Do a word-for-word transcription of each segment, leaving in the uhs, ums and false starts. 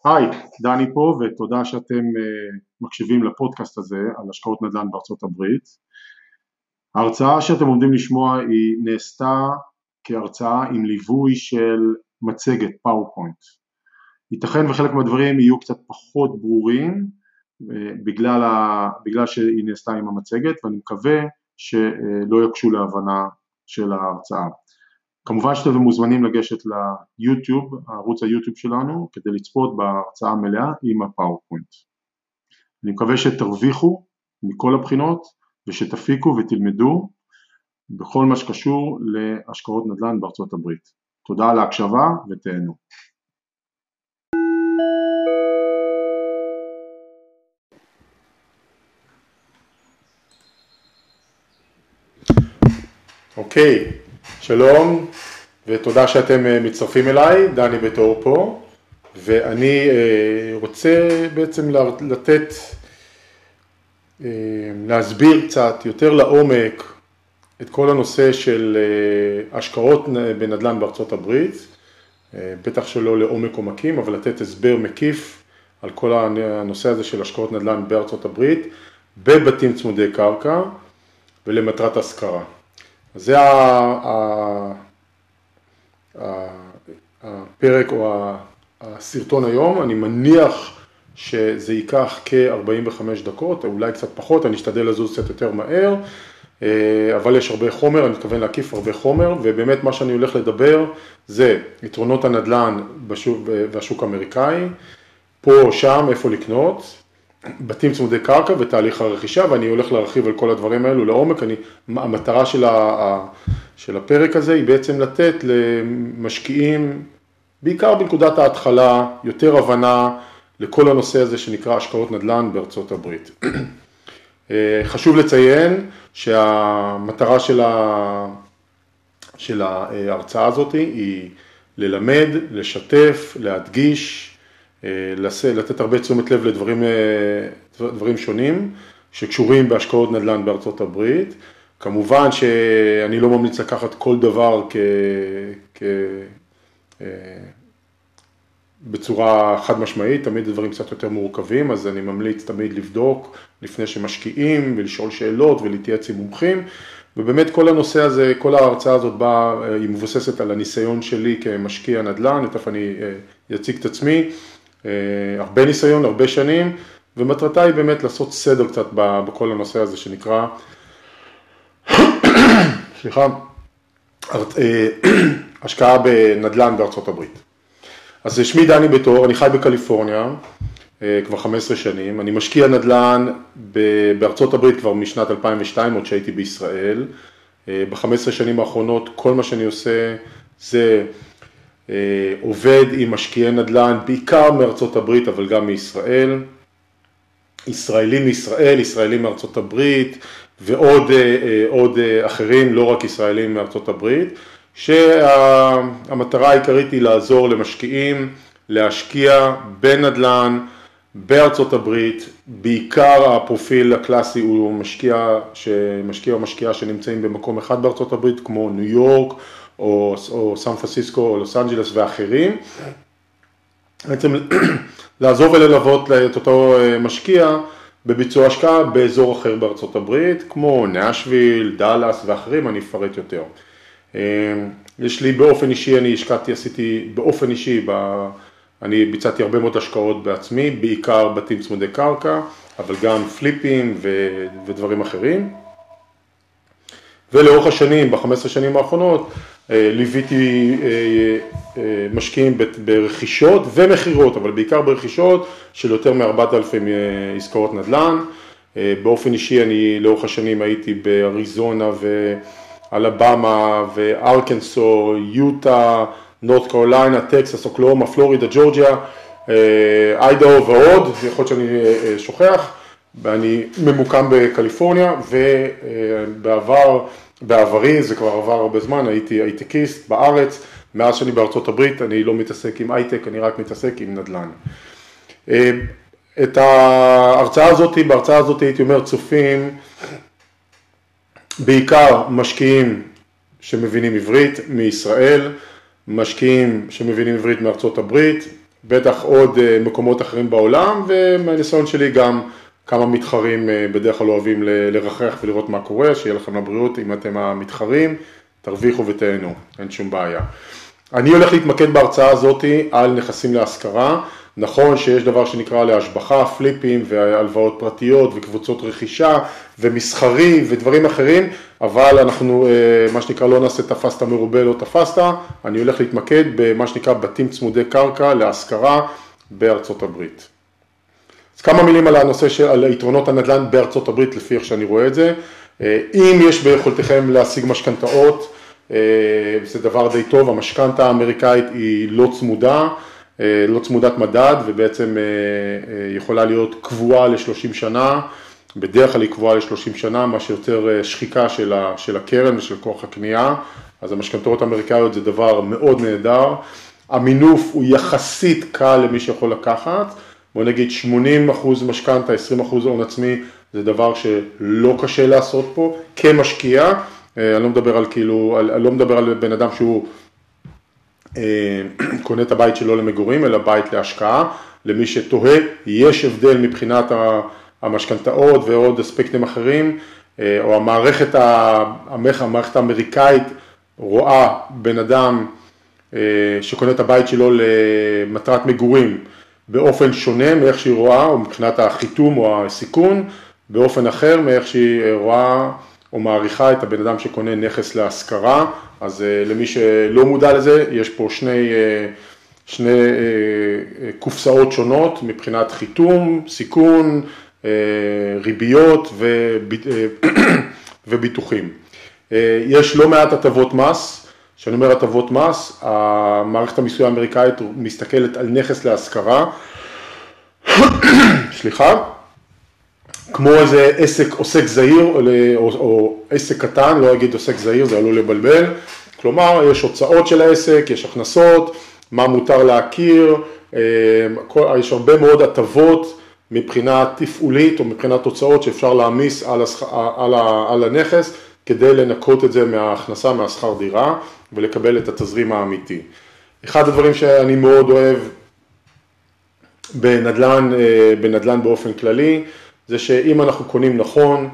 היי, דני פה ותודה שאתם מקשיבים לפודקאסט הזה על השקעות נדל"ן בארצות הברית. ההרצאה שאתם עומדים לשמוע היא נעשתה כהרצאה עם ליווי של מצגת פאורפוינט. ייתכן וחלק מהדברים יהיו קצת פחות ברורים בגלל, ה... בגלל שהיא נעשתה עם המצגת, ואני מקווה שלא יקשו להבנה של ההרצאה. כמובן שאתם מוזמנים לגשת ליוטיוב, ערוץ היוטיוב שלנו, כדי לצפות בהרצאה המלאה עם הפאורפוינט. אני מקווה שתרוויחו מכל הבחינות ושתפיקו ותלמדו בכל מה שקשור להשקעות נדל"ן בארצות הברית. תודה על ההקשבה ותהנו. אוקיי. שלום ותודה שאתם מצטרפים אליי, דני בתור פה, ואני רוצה בעצם לתת, להסביר קצת יותר לעומק את כל הנושא של השקעות בנדל"ן בארצות הברית, בטח שלא לעומק עומקים, אבל לתת הסבר מקיף על כל הנושא הזה של השקעות נדל"ן בארצות הברית, בבתים צמודי קרקע ולמטרת השכרה. זה הפרק או הסרטון היום. אני מניח שזה ייקח כ-ארבעים וחמש דקות, אולי קצת פחות, אני אשתדל לזוז קצת יותר מהר, אבל יש הרבה חומר, אני מתכוון להקיף הרבה חומר, ובאמת מה שאני הולך לדבר זה יתרונות הנדל"ן בשוק, והשוק האמריקאי, פה או שם, איפה לקנות, בתים צמודי קרקע ותהליך הרכישה, ואני הולך להרחיב על כל הדברים האלו לעומק. אני, המטרה של, ה, של הפרק הזה היא בעצם לתת למשקיעים, בעיקר בנקודת ההתחלה, יותר הבנה לכל הנושא הזה שנקרא השקעות נדל"ן בארצות הברית. חשוב לציין שהמטרה של, ה, של ההרצאה הזאת היא ללמד, לשתף, להדגיש, לתת הרבה תשומת לב לדברים דברים שונים שקשורים בהשקעות נדל"ן בארצות הברית. כמובן שאני לא ממליץ לקחת כל דבר כ, כ, בצורה חד משמעית, תמיד דברים קצת יותר מורכבים, אז אני ממליץ תמיד לבדוק לפני שמשקיעים ולשאול שאלות ולהתייעץ עם מומחים. ובאמת כל הנושא הזה, כל ההרצאה הזאת באה, היא מבוססת על הניסיון שלי כמשקיע נדל"ן, תכף אני אציג את עצמי. הרבה ניסיון, הרבה שנים, ומטרתה היא באמת לעשות סדר קצת בכל הנושא הזה שנקרא, סליחה, השקעה בנדל"ן בארצות הברית. אז שמי דני בתור, אני חי בקליפורניה כבר חמש עשרה שנים, אני משקיע נדל"ן בארצות הברית כבר משנת אלפיים ושתיים, עוד שהייתי בישראל. ב-חמש עשרה שנים האחרונות כל מה שאני עושה זה עובד עם משקיעי נדל"ן, בעיקר מארצות הברית, אבל גם מישראל, ישראלים מישראל, ישראלים מארצות הברית, ועוד עוד אחרים, לא רק ישראלים מארצות הברית, שהמטרה העיקרית היא לעזור למשקיעים להשקיע בנדל"ן בארצות הברית. בעיקר הפרופיל הקלאסי הוא משקיע, משקיע או משקיעה שנמצאים במקום אחד בארצות הברית, כמו ניו יורק, או, או סן פרנסיסקו, או לוס אנג'לס ואחרים. בעצם לעזור וללוות את אותו משקיע בביצוע השקעה באזור אחר בארצות הברית, כמו נשוויל, דאלאס ואחרים, אני אפרט יותר. יש לי באופן אישי, אני השקעתי, עשיתי באופן אישי, אני ביצעתי הרבה מאוד השקעות בעצמי, בעיקר בתים צמודי קרקע, אבל גם פליפים ודברים אחרים. ולאורך השנים, ב-חמש עשרה שנים האחרונות, ליוויתי משקיעים ברכישות ומחירות, אבל בעיקר ברכישות של יותר מ-ארבעת אלפים עסקאות נדל"ן. באופן אישי אני לאורך השנים הייתי באריזונה ואלבמה וארקנסו, יוטה, נורת קרוליינה, טקסס, אוקלהומה, פלורידה, ג'ורג'יה, איידאו ועוד, יכול להיות שאני שוכח. ואני ממוקם בקליפורניה, ובעבר, בעברי, זה כבר עבר הרבה זמן, הייתי הייטקיסט בארץ. מאז שאני בארצות הברית, אני לא מתעסק עם הייטק, אני רק מתעסק עם נדל"ן. את ההרצאה הזאת, בהרצאה הזאת הייתי אומר צופים, בעיקר משקיעים שמבינים עברית מישראל, משקיעים שמבינים עברית מארצות הברית, בטח עוד מקומות אחרים בעולם, ומהניסיון שלי גם כמה מתחרים בדרך כלל אוהבים לרחח ולראות מה קורה, שיהיה לכם לבריאות, אם אתם המתחרים, תרוויחו ותהנו, אין שום בעיה. אני הולך להתמקד בהרצאה הזאת על נכסים להשכרה. נכון שיש דבר שנקרא להשבחה, פליפים והלוואות פרטיות וקבוצות רכישה ומסחרי ודברים אחרים, אבל אנחנו, מה שנקרא, לא נעשה תפסת מרובה, לא תפסת. אני הולך להתמקד במה שנקרא בתים צמודי קרקע להשכרה בארצות הברית. אז כמה מילים על הנושא של על יתרונות הנדל"ן בארצות הברית, לפי איך שאני רואה את זה. אם יש ביכולתכם להשיג משכנתאות, זה דבר די טוב. המשכנתה האמריקאית היא לא צמודה, לא צמודת מדד, ובעצם יכולה להיות קבועה ל-שלושים שנה, בדרך כלל היא קבועה ל-שלושים שנה, מה שיותר שחיקה של, ה, של הקרן ושל כוח הקנייה, אז המשכנתאות האמריקאיות זה דבר מאוד נהדר. המינוף הוא יחסית קל למי שיכול לקחת, בוא נגיד שמונים אחוז משכנתה, עשרים אחוז הון עצמי, זה דבר שלא קשה לעשות פה, כמשקיע, אני לא מדבר על כאילו, אני לא מדבר על בן אדם שהוא קונה את הבית שלו למגורים, אלא בית להשקעה. למי שתוהה, יש הבדל מבחינת המשכנתאות ועוד אספקטים אחרים, או המערכת, המערכת האמריקאית רואה בן אדם שקונה את הבית שלו למטרת מגורים באופן שונה מאיך שהיא רואה, או מבחינת החיתום או הסיכון, באופן אחר מאיך שהיא רואה או מעריכה את הבן אדם שקונה נכס להשכרה. אז למי שלא מודע לזה, יש פה שני, שני קופסאות שונות מבחינת חיתום, סיכון, ריביות וביטוחים. יש לא מעט הטבות מס, שאני אומר הטבות מס, המערכת המיסוי האמריקאית מסתכלת על נכס להשכרה, סליחה, כמו איזה עסק עוסק זעיר או, או, או עסק קטן, לא אגיד עוסק זעיר, זה עלול לבלבל. כלומר, יש הוצאות של העסק, יש הכנסות, מה מותר להכיר, יש הרבה מאוד הטבות מבחינה תפעולית או מבחינת הוצאות שאפשר להעמיס על, השכ... על, ה... על הנכס, כדי לנקות את זה מההכנסה, מהשכר דירה, ולקבל את התזרים האמיתי. אחד הדברים שאני מאוד אוהב בנדל"ן, בנדל"ן באופן כללי, זה שאם אנחנו קונים נכון,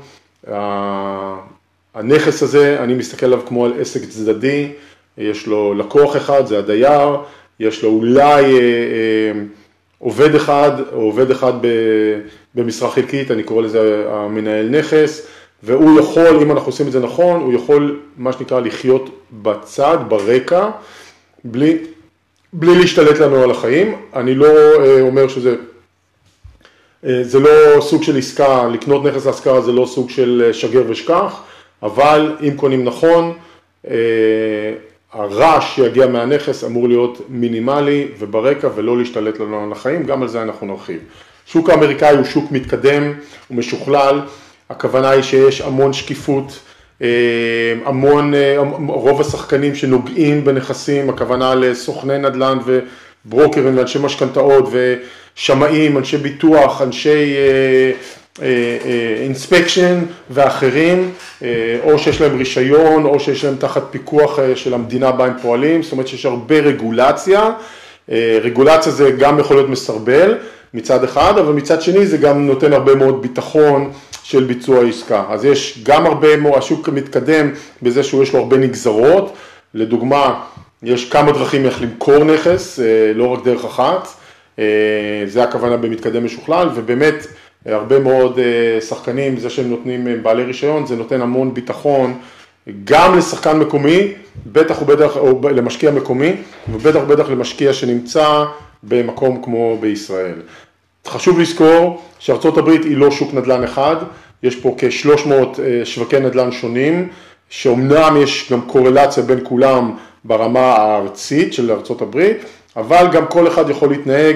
הנכס הזה, אני מסתכל עליו כמו על עסק צדדי, יש לו לקוח אחד, זה הדייר, יש לו אולי עובד אחד, או עובד אחד במשרה חלקית, אני קורא לזה המנהל נכס, והוא יכול, אם אנחנו עושים את זה נכון, הוא יכול, מה שנקרא, לחיות בצד, ברקע, בלי, בלי להשתלט לנו על החיים. אני לא אומר שזה, זה לא סוג של עסקה, לקנות נכס להשכרה זה לא סוג של שגר ושכח, אבל אם קונים נכון, הרעש שיגיע מהנכס אמור להיות מינימלי וברקע ולא להשתלט לנו על החיים, גם על זה אנחנו נרחיב. שוק האמריקאי הוא שוק מתקדם, הוא משוכלל, הכוונה היא שיש המון שקיפות, המון, רוב השחקנים שנוגעים בנכסים, הכוונה לסוכני נדל"ן וברוקרים ואנשי משכנתאות ושמאים, אנשי ביטוח, אנשי אינספקשן ואחרים, או שיש להם רישיון, או שיש להם תחת פיקוח של המדינה בה הם פועלים, זאת אומרת שיש הרבה רגולציה. רגולציה זה גם יכול להיות מסרבל מצד אחד, אבל מצד שני זה גם נותן הרבה מאוד ביטחון של ביצוע עסקה. אז יש גם הרבה מאוד, השוק מתקדם בזה שהוא יש לו הרבה נגזרות, לדוגמה, יש כמה דרכים איך למכור נכס, לא רק דרך אחת, זה הכוונה במתקדם משוכלל, ובאמת הרבה מאוד שחקנים, זה שהם נותנים בעלי רישיון, זה נותן המון ביטחון, גם לשחקן מקומי, בטח ובטח, או למשקיע מקומי, ובטח ובטח למשקיע שנמצא במקום כמו בישראל. חשוב לזכור שארצות הברית היא לא שוק נדל"ן אחד, יש פה כ-שלוש מאות שווקי נדל"ן שונים, שאומנם יש גם קורלציה בין כולם ברמה הארצית של ארצות הברית, אבל גם כל אחד יכול להתנהג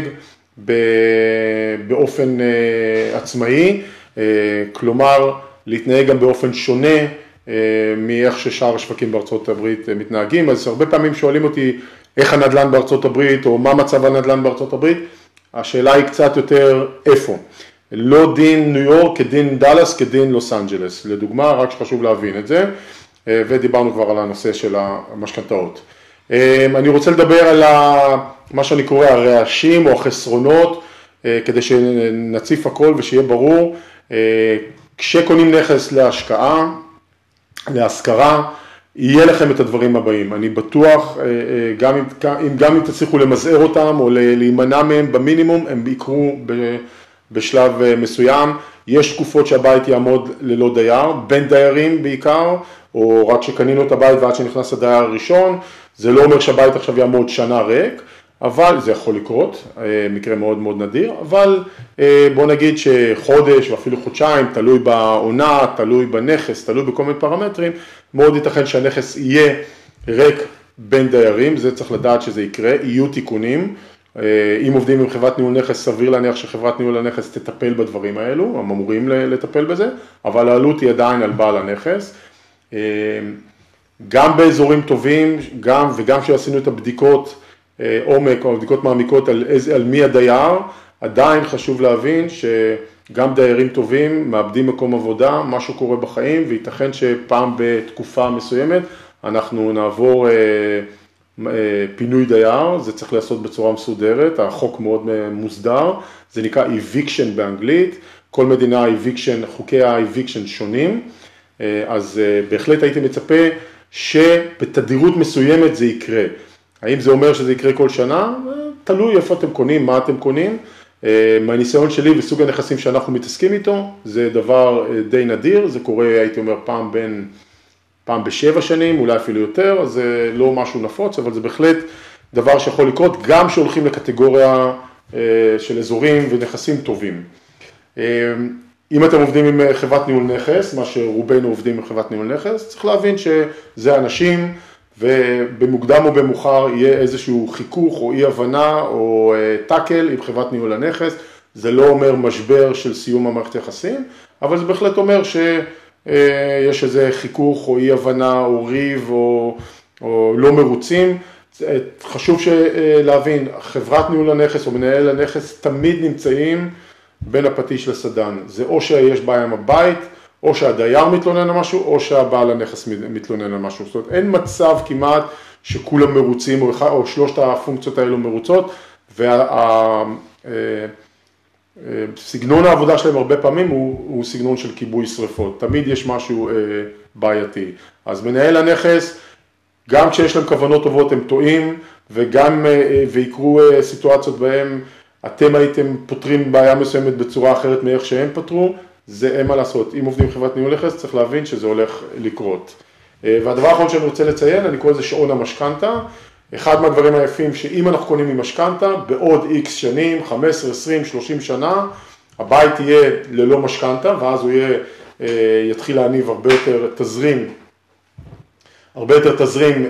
באופן עצמאי, כלומר להתנהג גם באופן שונה מאיך ששאר השווקים בארצות הברית מתנהגים. אז הרבה פעמים שואלים אותי איך הנדל"ן בארצות הברית או מה מצב הנדל"ן בארצות הברית, השאלה היא קצת יותר איפה. לא דין ניו יורק כדין דלס כדין לוס אנג'לס, לדוגמה, רק שחשוב להבין את זה, ודיברנו כבר על הנושא של המשכנתאות. אני רוצה לדבר על מה שאני קורא הרעשים או החסרונות, כדי שנציף הכל ושיהיה ברור. כשקונים נכס להשקעה, להשכרה, יהיה לכם את הדברים הבאים. אני בטוח, גם אם, גם אם תצליחו למזער אותם או להימנע מהם במינימום, הם יקרו בשלב מסוים. יש תקופות שהבית יעמוד ללא דייר, בין דיירים בעיקר, או רק שקנינו את הבית ועד שנכנס הדייר הראשון. זה לא אומר שהבית עכשיו יעמוד שנה ריק, אבל זה יכול לקרות, מקרה מאוד מאוד נדיר, אבל בוא נגיד שחודש ואפילו חודשיים, תלוי בעונה, תלוי בנכס, תלוי בכל מיני פרמטרים, מאוד ייתכן שהנכס יהיה ריק בין דיירים, זה צריך לדעת שזה יקרה, יהיו תיקונים, אם עובדים עם חברת ניהול נכס, סביר להניח שחברת ניהול הנכס תטפל בדברים האלו, הם אמורים לטפל בזה, אבל העלות היא עדיין על בעל הנכס. גם באזורים טובים, גם וגם כשעשינו את הבדיקות עומק או הבדיקות מעמיקות על, על מי הדייר, עדיין חשוב להבין שגם דיירים טובים מאבדים מקום עבודה, משהו קורה בחיים, וייתכן שפעם בתקופה מסוימת אנחנו נעבור פינוי דייר, זה צריך לעשות בצורה מסודרת, החוק מאוד מוסדר, זה נקרא eviction באנגלית, כל מדינה eviction, חוקי ה-eviction שונים, אז בהחלט הייתי מצפה שבתדירות מסוימת זה יקרה. האם זה אומר שזה יקרה כל שנה? תלוי איפה אתם קונים, מה אתם קונים. מהניסיון שלי וסוג הנכסים שאנחנו מתעסקים איתו, זה דבר די נדיר, זה קורה, הייתי אומר, פעם בין, פעם בשבע שנים, אולי אפילו יותר, אז זה לא משהו נפוץ, אבל זה בהחלט דבר שיכול לקרות, גם שהולכים לקטגוריה של אזורים ונכסים טובים. אם אתם עובדים עם חברת ניהול נכס, מה שרובנו עובדים עם חברת ניהול נכס, צריך להבין שזה אנשים, ובמוקדם או במאוחר יהיה איזשהו חיכוך או אי הבנה או טאקל עם חברת ניהול הנכס. זה לא אומר משבר של סיום המערכת יחסים, אבל זה בהחלט אומר שיש איזה חיכוך או אי הבנה או ריב או, או לא מרוצים. חשוב להבין, חברת ניהול הנכס או מנהל הנכס תמיד נמצאים בין הפטיש לסדן. זה או שיש בעיה עם הבית, או שהדייר מתלונן על משהו, או שהבעל הנכס מתלונן על משהו. זאת אומרת, אין מצב כמעט שכולם מרוצים, או, או שלושת הפונקציות האלו מרוצות, וסגנון העבודה שלהם הרבה פעמים הוא, הוא סגנון של כיבוי שריפות. תמיד יש משהו בעייתי. אז מנהל הנכס, גם כשיש להם כוונות טובות הם טועים, וגם ויקרו סיטואציות בהם אתם הייתם פותרים בעיה מסוימת בצורה אחרת מאיך שהם פתרו, זה אין מה לעשות. אם עובדים חברת ניהול נכס, צריך להבין שזה הולך לקרות. והדבר האחרון שאני רוצה לציין, אני קורא לזה שעון המשכנתא. אחד מהדברים היפים שאם אנחנו קונים ממשכנתא, בעוד איקס שנים, חמש עשרה, עשרים, שלושים שנה, הבית יהיה ללא משכנתא, ואז הוא יהיה, יתחיל להניב הרבה יותר תזרים, הרבה יותר תזרים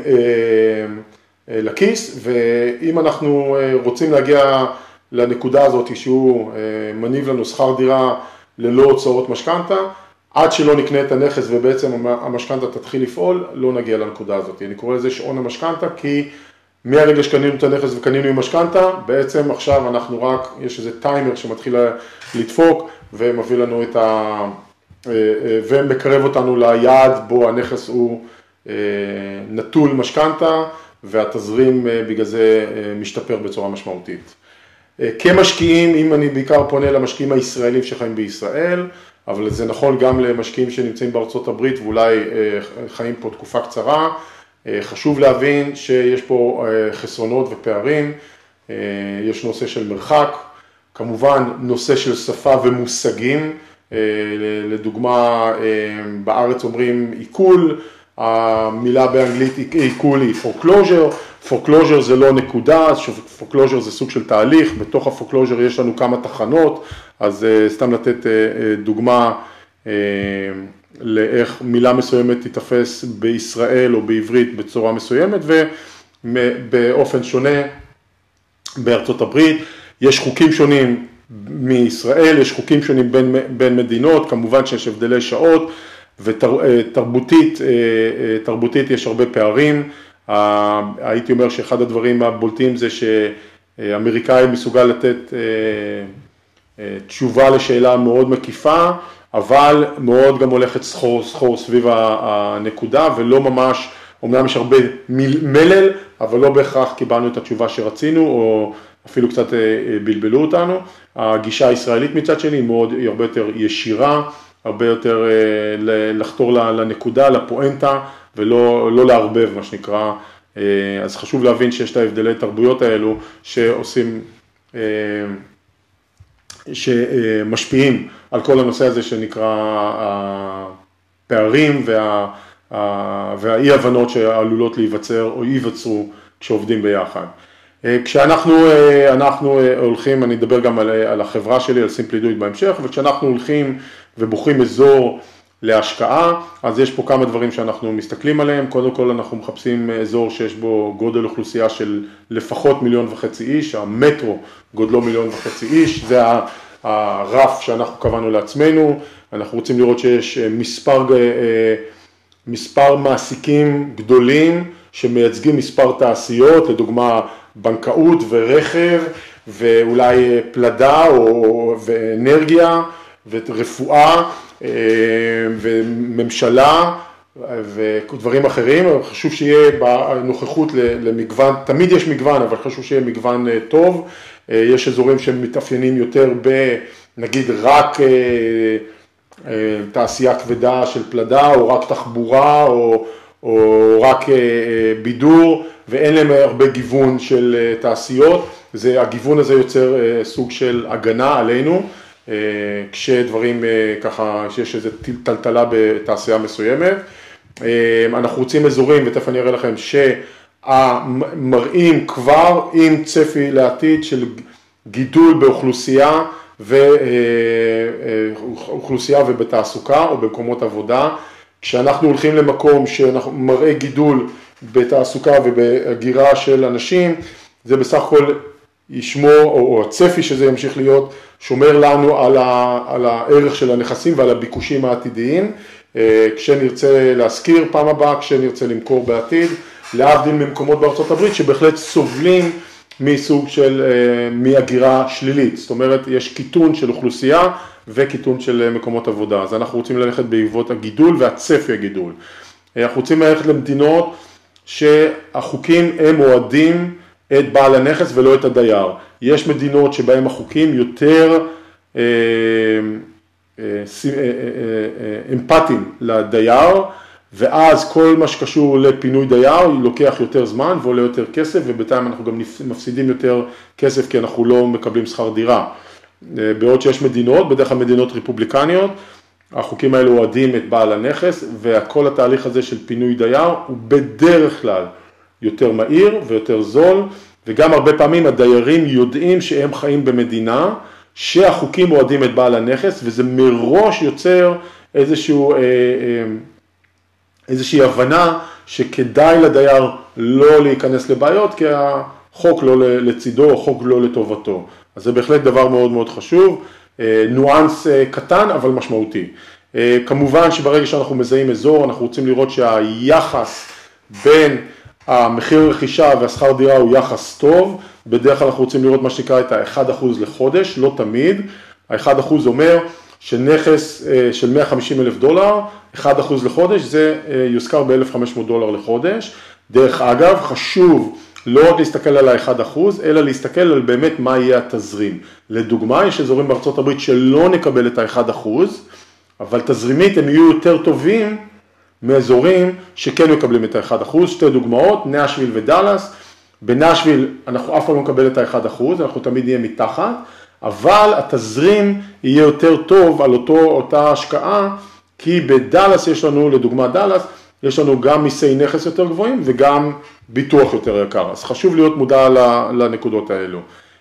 לכיס, ואם אנחנו רוצים להגיע לנקודה הזאת שהוא מניב לנו שכר דירה ללא הוצאות משכנתא, עד שלא נקנה את הנכס ובעצם המשכנתא תתחיל לפעול, לא נגיע לנקודה הזאת. אני קורא לזה שעון המשכנתא, כי מהרגע שקנינו את הנכס וקנינו עם משכנתא, בעצם עכשיו אנחנו רק, יש איזה טיימר שמתחיל לדפוק ומביא לנו את ה... ומקרב אותנו ליעד בו הנכס הוא נטול משכנתא, והתזרים בגלל זה משתפר בצורה משמעותית. כמשקיעים, אם אני בעיקר פונה למשקיעים הישראלים שחיים בישראל, אבל זה נכון גם למשקיעים שנמצאים בארצות הברית ואולי חיים פה תקופה קצרה, חשוב להבין שיש פה חסרונות ופערים, יש נושא של מרחק, כמובן נושא של שפה ומושגים, לדוגמה בארץ אומרים עיכול, המילה באנגלית עיכול היא foreclosure, foreclosure זה לא נקודה, foreclosure זה סוג של תהליך, בתוך ה-foreclosure יש לנו כמה תחנות, אז סתם לתת דוגמה לאיך מילה מסוימת תתפס בישראל או בעברית בצורה מסוימת, ובאופן שונה בארצות הברית, יש חוקים שונים מישראל, יש חוקים שונים בין, בין מדינות, כמובן שיש הבדלי שעות, ותרבותית, תרבותית יש הרבה פערים. הייתי אומר שאחד הדברים הבולטים זה שאמריקאי מסוגל לתת תשובה לשאלה מאוד מקיפה, אבל מאוד גם הולכת סחור סחור סביב הנקודה, ולא ממש אומנם יש הרבה מלל, אבל לא בהכרח קיבלנו את התשובה שרצינו, או אפילו קצת בלבלו אותנו. הגישה הישראלית מצד שני היא מאוד, היא הרבה יותר ישירה, הרבה יותר לחתור לנקודה, לפואנטה, ולא לא לערבב, מה שנקרא. אז חשוב להבין שיש את ההבדלי תרבויות האלו שעושים, שמשפיעים על כל הנושא הזה שנקרא הפערים וה, והאי הבנות שעלולות להיווצר או ייווצרו כשעובדים ביחד. כשאנחנו אנחנו הולכים, אני אדבר גם על, על החברה שלי, על Simply Do It בהמשך, וכשאנחנו הולכים ובוחרים אזור להשקעה, אז יש פה כמה דברים שאנחנו מסתכלים עליהם. קודם כל אנחנו מחפשים אזור שיש בו גודל אוכלוסייה של לפחות מיליון וחצי איש, המטרו גודלו מיליון וחצי איש, זה הרף שאנחנו קבענו לעצמנו. אנחנו רוצים לראות שיש מספר, מספר מעסיקים גדולים שמייצגים מספר תעשיות, לדוגמה בנקאות ורכב ואולי פלדה או ואנרגיה ורפואה וממשלה ודברים אחרים. חשוב שיהיה בנוכחות למגוון, תמיד יש מגוון, אבל חשוב שיהיה מגוון טוב. יש אזורים שמתאפיינים יותר בנגיד רק תעשייה כבדה של פלדה או רק תחבורה או, או רק בידור, ואין להם הרבה גיוון של תעשיות. זה, הגיוון הזה יוצר סוג של הגנה עלינו, כשדברים ככה, שיש איזו טלטלה בתעשייה מסוימת. אנחנו רוצים אזורים, ותכף אני אראה לכם, שהמראים כבר עם צפי לעתיד של גידול באוכלוסייה ואוכלוסייה ובתעסוקה או במקומות עבודה. כשאנחנו הולכים למקום שאנחנו מראה גידול בתעסוקה ובהגירה של אנשים, זה בסך הכל ישמור, או, או הצפי שזה ימשיך להיות, שומר לנו על, ה, על הערך של הנכסים ועל הביקושים העתידיים, כשנרצה להשכיר פעם הבאה, כשנרצה למכור בעתיד, להבדיל ממקומות בארצות הברית שבהחלט סובלים מסוג של, מהגירה שלילית. זאת אומרת, יש קיטון של אוכלוסייה וקיטון של מקומות עבודה. אז אנחנו רוצים ללכת בעקבות הגידול והצפי הגידול. אנחנו רוצים ללכת למדינות שהחוקים הם מועדים את בעל הנכס ולא את הדייר. יש מדינות שבהם החוקים יותר אה, אה, אה, אה, אמפתיים לדייר, ואז כל מה שקשור לפינוי דייר לוקח יותר זמן ועולה יותר כסף, ובינתיים אנחנו גם מפסידים יותר כסף כי אנחנו לא מקבלים שכר דירה. בעוד שיש מדינות, בדרך כלל מדינות רפובליקניות, החוקים האלו אוהדים את בעל הנכס, וכל התהליך הזה של פינוי דייר הוא בדרך כלל יותר מהיר ויותר זול, וגם הרבה פעמים הדיירים יודעים שהם חיים במדינה שהחוקים אוהדים את בעל הנכס, וזה מראש יוצר איזשהו, איזושהי הבנה שכדאי לדייר לא להיכנס לבעיות, כי החוק לא לצידו או חוק לא לטובתו. אז זה בהחלט דבר מאוד מאוד חשוב, ניואנס קטן אבל משמעותי. כמובן שברגע שאנחנו מזהים אזור, אנחנו רוצים לראות שהיחס בין המחיר רכישה והשכר דירה הוא יחס טוב. בדרך כלל אנחנו רוצים לראות מה שנקרא את ה-אחד אחוז לחודש, לא תמיד. ה-אחד אחוז אומר שנכס של מאה וחמישים אלף דולר, אחד אחוז לחודש, זה יוזכר ב-אלף וחמש מאות דולר לחודש. דרך אגב, חשוב לא רק להסתכל על ה-אחד אחוז, אלא להסתכל על באמת מה יהיה התזרים. לדוגמה, יש אזורים בארצות הברית שלא נקבל את ה-אחד אחוז, אבל תזרימית הם יהיו יותר טובים מאזורים שכן מקבלים את ה-אחד אחוז. שתי דוגמאות, נשוויל ודלס. בנשוויל אנחנו אף פעם לא נקבל את ה-אחד אחוז, אנחנו תמיד נהיה מתחת, אבל התזרים יהיה יותר טוב על אותו, אותה השקעה, כי בדלס יש לנו, לדוגמה דלס, יש לנו גם מיסי נכס יותר גבוהים וגם ביטוח יותר יקר. אז חשוב להיות מודע לנקודות האלו.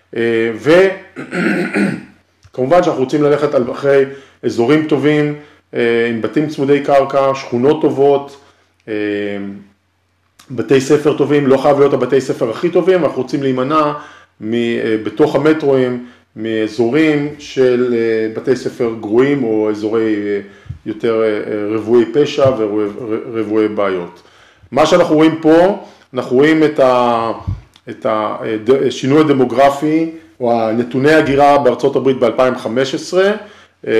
וכמובן שאנחנו רוצים ללכת אחרי אזורים טובים, עם בתים צמודי קרקע, שכונות טובות, בתי ספר טובים. לא חייב להיות הבתי ספר הכי טובים, אנחנו רוצים להימנע בתוך המטרואים, מאזורים של בתי ספר גרועים או אזורי יותר רבועי פשע ורבועי בעיות. מה שאנחנו רואים פה, אנחנו רואים את, ה, את השינוי הדמוגרפי או הנתוני הגירה בארצות הברית ב-אלפיים וחמש עשרה.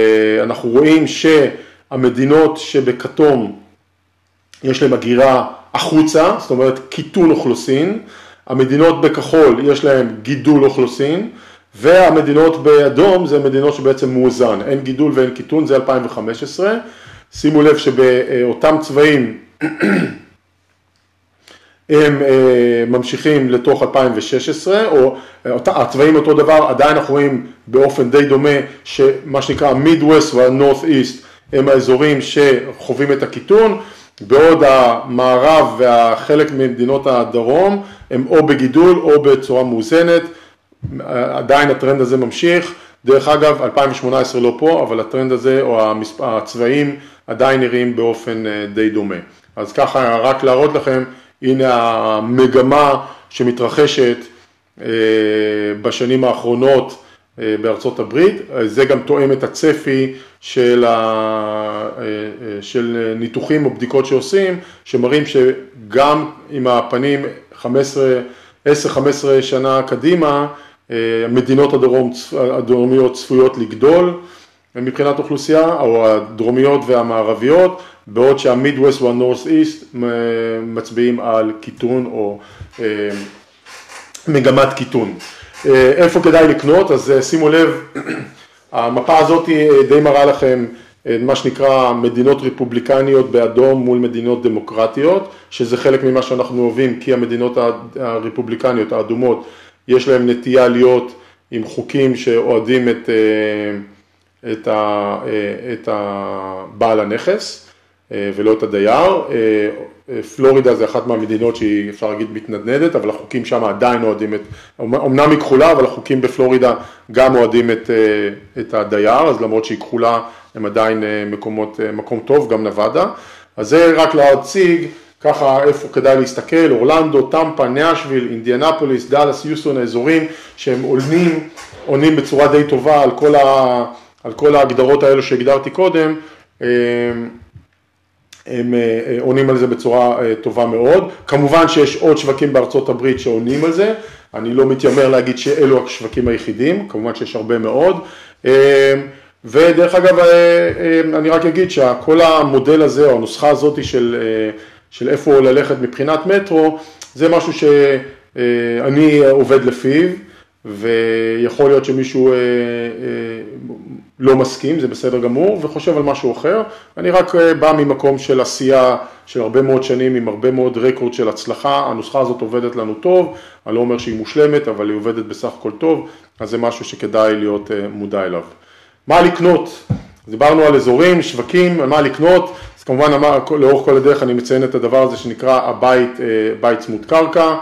אנחנו רואים שהמדינות שבכתום יש להם הגירה החוצה, זאת אומרת קיטון אוכלוסין, המדינות בכחול יש להן גידול אוכלוסין, והמדינות באדום זה מדינות שבעצם מאוזן, אין גידול ואין קיטון, זה אלפיים וחמש עשרה, שימו לב שבאותם צבעים הם ממשיכים לתוך אלפיים ושש עשרה, או הצבעים אותו דבר, עדיין אנחנו רואים באופן די דומה, שמה שנקרא Midwest וה-North East הם האזורים שחווים את הקיטון, בעוד המערב והחלק ממדינות הדרום הם או בגידול או בצורה מאוזנת, עדיין הטרנד הזה ממשיך, דרך אגב אלפיים שמונה עשרה לא פה, אבל הטרנד הזה או הצבעים עדיין נראים באופן די דומה. אז ככה רק להראות לכם, הנה המגמה שמתרחשת בשנים האחרונות בארצות הברית, זה גם תואם את הצפי של, ה... של ניתוחים או בדיקות שעושים, שמראים שגם עם הפנים עשר חמש עשרה שנה קדימה, מדינות הדרום, הדרומיות צפויות לגדול מבחינת אוכלוסייה, או הדרומיות והמערביות, בעוד שהמידווסט והנורת' איסט מצביעים על קיטון או מגמת קיטון. איפה כדאי לקנות? אז שימו לב, המפה הזאת די מראה לכם מה שנקרא מדינות רפובליקניות באדום מול מדינות דמוקרטיות, שזה חלק ממה שאנחנו אוהבים, כי המדינות הרפובליקניות האדומות יש להם נטייה להיות עם חוקים שאוהדים את, את, ה, את בעל הנכס ולא את הדייר. פלורידה זה אחת מהמדינות שהיא אפשר להגיד מתנדנדת, אבל החוקים שם עדיין אוהדים את, אמנם היא כחולה, אבל החוקים בפלורידה גם אוהדים את, את הדייר, אז למרות שהיא כחולה הם עדיין מקומות, מקום טוב, גם נבדה. אז זה רק להציג ככה איפה כדאי להסתכל, אורלנדו, טמפה, נאשוויל, אינדיאנפוליס, דאלאס, יוסטון, האזורים שהם עונים, עונים בצורה די טובה על כל, ה, על כל ההגדרות האלו שהגדרתי קודם, הם עונים על זה בצורה טובה מאוד. כמובן שיש עוד שווקים בארצות הברית שעונים על זה, אני לא מתיימר להגיד שאלו השווקים היחידים, כמובן שיש הרבה מאוד. ודרך אגב, אני רק אגיד שכל המודל הזה, או הנוסחה הזאת של, של איפה ללכת מבחינת מטרו, זה משהו שאני עובד לפיו, ויכול להיות שמישהו לא מסכים, זה בסדר גמור, וחושב על משהו אחר. אני רק בא ממקום של עשייה של הרבה מאוד שנים, עם הרבה מאוד רקורד של הצלחה. הנוסחה הזאת עובדת לנו טוב, אני לא אומר שהיא מושלמת, אבל היא עובדת בסך הכל טוב, אז זה משהו שכדאי להיות מודע אליו. מה לקנות? דיברנו על אזורים, שווקים, על מה לקנות, אז כמובן לאורך כל הדרך אני מציין את הדבר הזה שנקרא הבית, בית צמוד קרקע.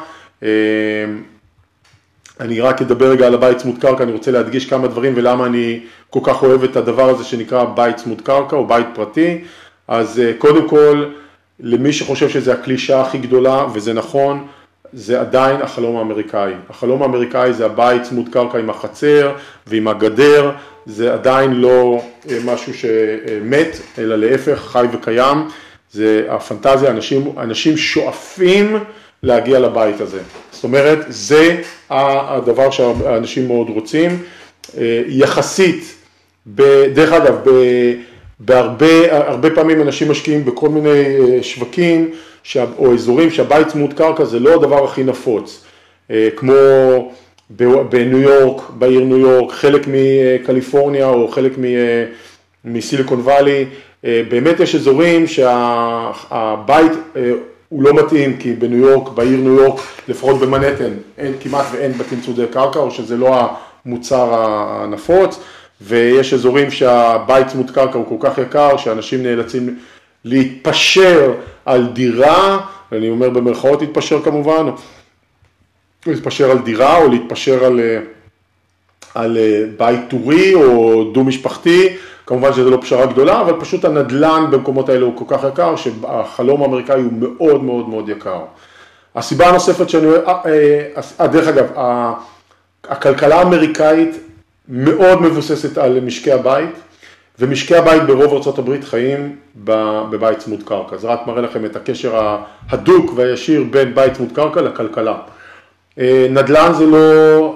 אני רק אדבר רגע על הבית צמוד קרקע, אני רוצה להדגיש כמה דברים ולמה אני כל כך אוהב את הדבר הזה שנקרא בית צמוד קרקע או בית פרטי. אז קודם כל, למי שחושב שזה הקלישה הכי גדולה, וזה נכון, זה עדיין החלום האמריקאי. החלום האמריקאי זה הבית צמוד קרקע עם החצר ועם הגדר, זה עדיין לא משהו שמת, אלא להפך, חי וקיים. זה הפנטזיה, אנשים, אנשים שואפים להגיע לבית הזה. זאת אומרת, זה הדבר שהאנשים מאוד רוצים. יחסית, דרך אגב, בהרבה הרבה פעמים אנשים משקיעים בכל מיני שווקים או אזורים שהבית צמוד קרקע זה לא הדבר הכי נפוץ. כמו בניו יורק, בעיר ניו יורק, חלק מקליפורניה או חלק מסיליקון ואלי, באמת יש אזורים שהבית הוא לא מתאים, כי בניו יורק, בעיר ניו יורק, לפחות במנהטן, אין כמעט ואין בתים צמודי קרקע, או שזה לא המוצר הנפוץ, ויש אזורים שהבית צמוד קרקע הוא כל כך יקר, שאנשים נאלצים להתפשר על דירה, אני אומר במרכאות להתפשר כמובן, להתפשר על דירה, או להתפשר על, על בית טורי, או דו משפחתי, כמובן שזה לא פשרה גדולה, אבל פשוט הנדלן במקומות האלה הוא כל כך יקר, שהחלום האמריקאי הוא מאוד מאוד מאוד יקר. הסיבה הנוספת שאני, דרך אגב, הכלכלה האמריקאית מאוד מבוססת על משקי הבית, ומשקי הבית ברוב ארצות הברית חיים בבית צמוד קרקע. זה רק מראה לכם את הקשר ההדוק והישיר בין בית צמוד קרקע לכלכלה. נדלן זה לא,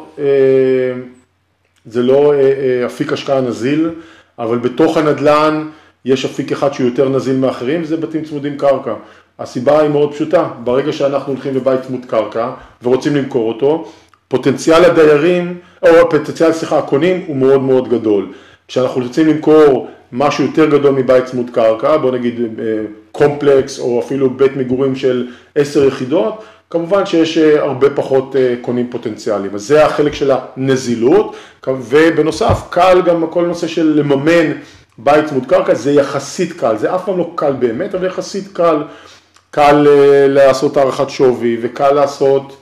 זה לא אפיק השקעה נזיל, אבל בתוך הנדלן יש אפיק אחד שהוא יותר נזיל מאחרים, וזה בתים צמודים קרקע. הסיבה היא מאוד פשוטה, ברגע שאנחנו הולכים לבית צמוד קרקע ורוצים למכור אותו, פוטנציאל הדיירים, או פוטנציאל, סליחה, הקונים הוא מאוד מאוד גדול. כשאנחנו רוצים למכור משהו יותר גדול מבית צמוד קרקע, בוא נגיד קומפלקס או אפילו בית מגורים של עשר יחידות, כמובן שיש הרבה פחות קונים פוטנציאליים. אז זה החלק של הנזילות, ובנוסף קל גם כל נושא של לממן בית צמוד קרקע, זה יחסית קל, זה אף פעם לא קל באמת, אבל יחסית קל, קל לעשות הערכת שווי וקל לעשות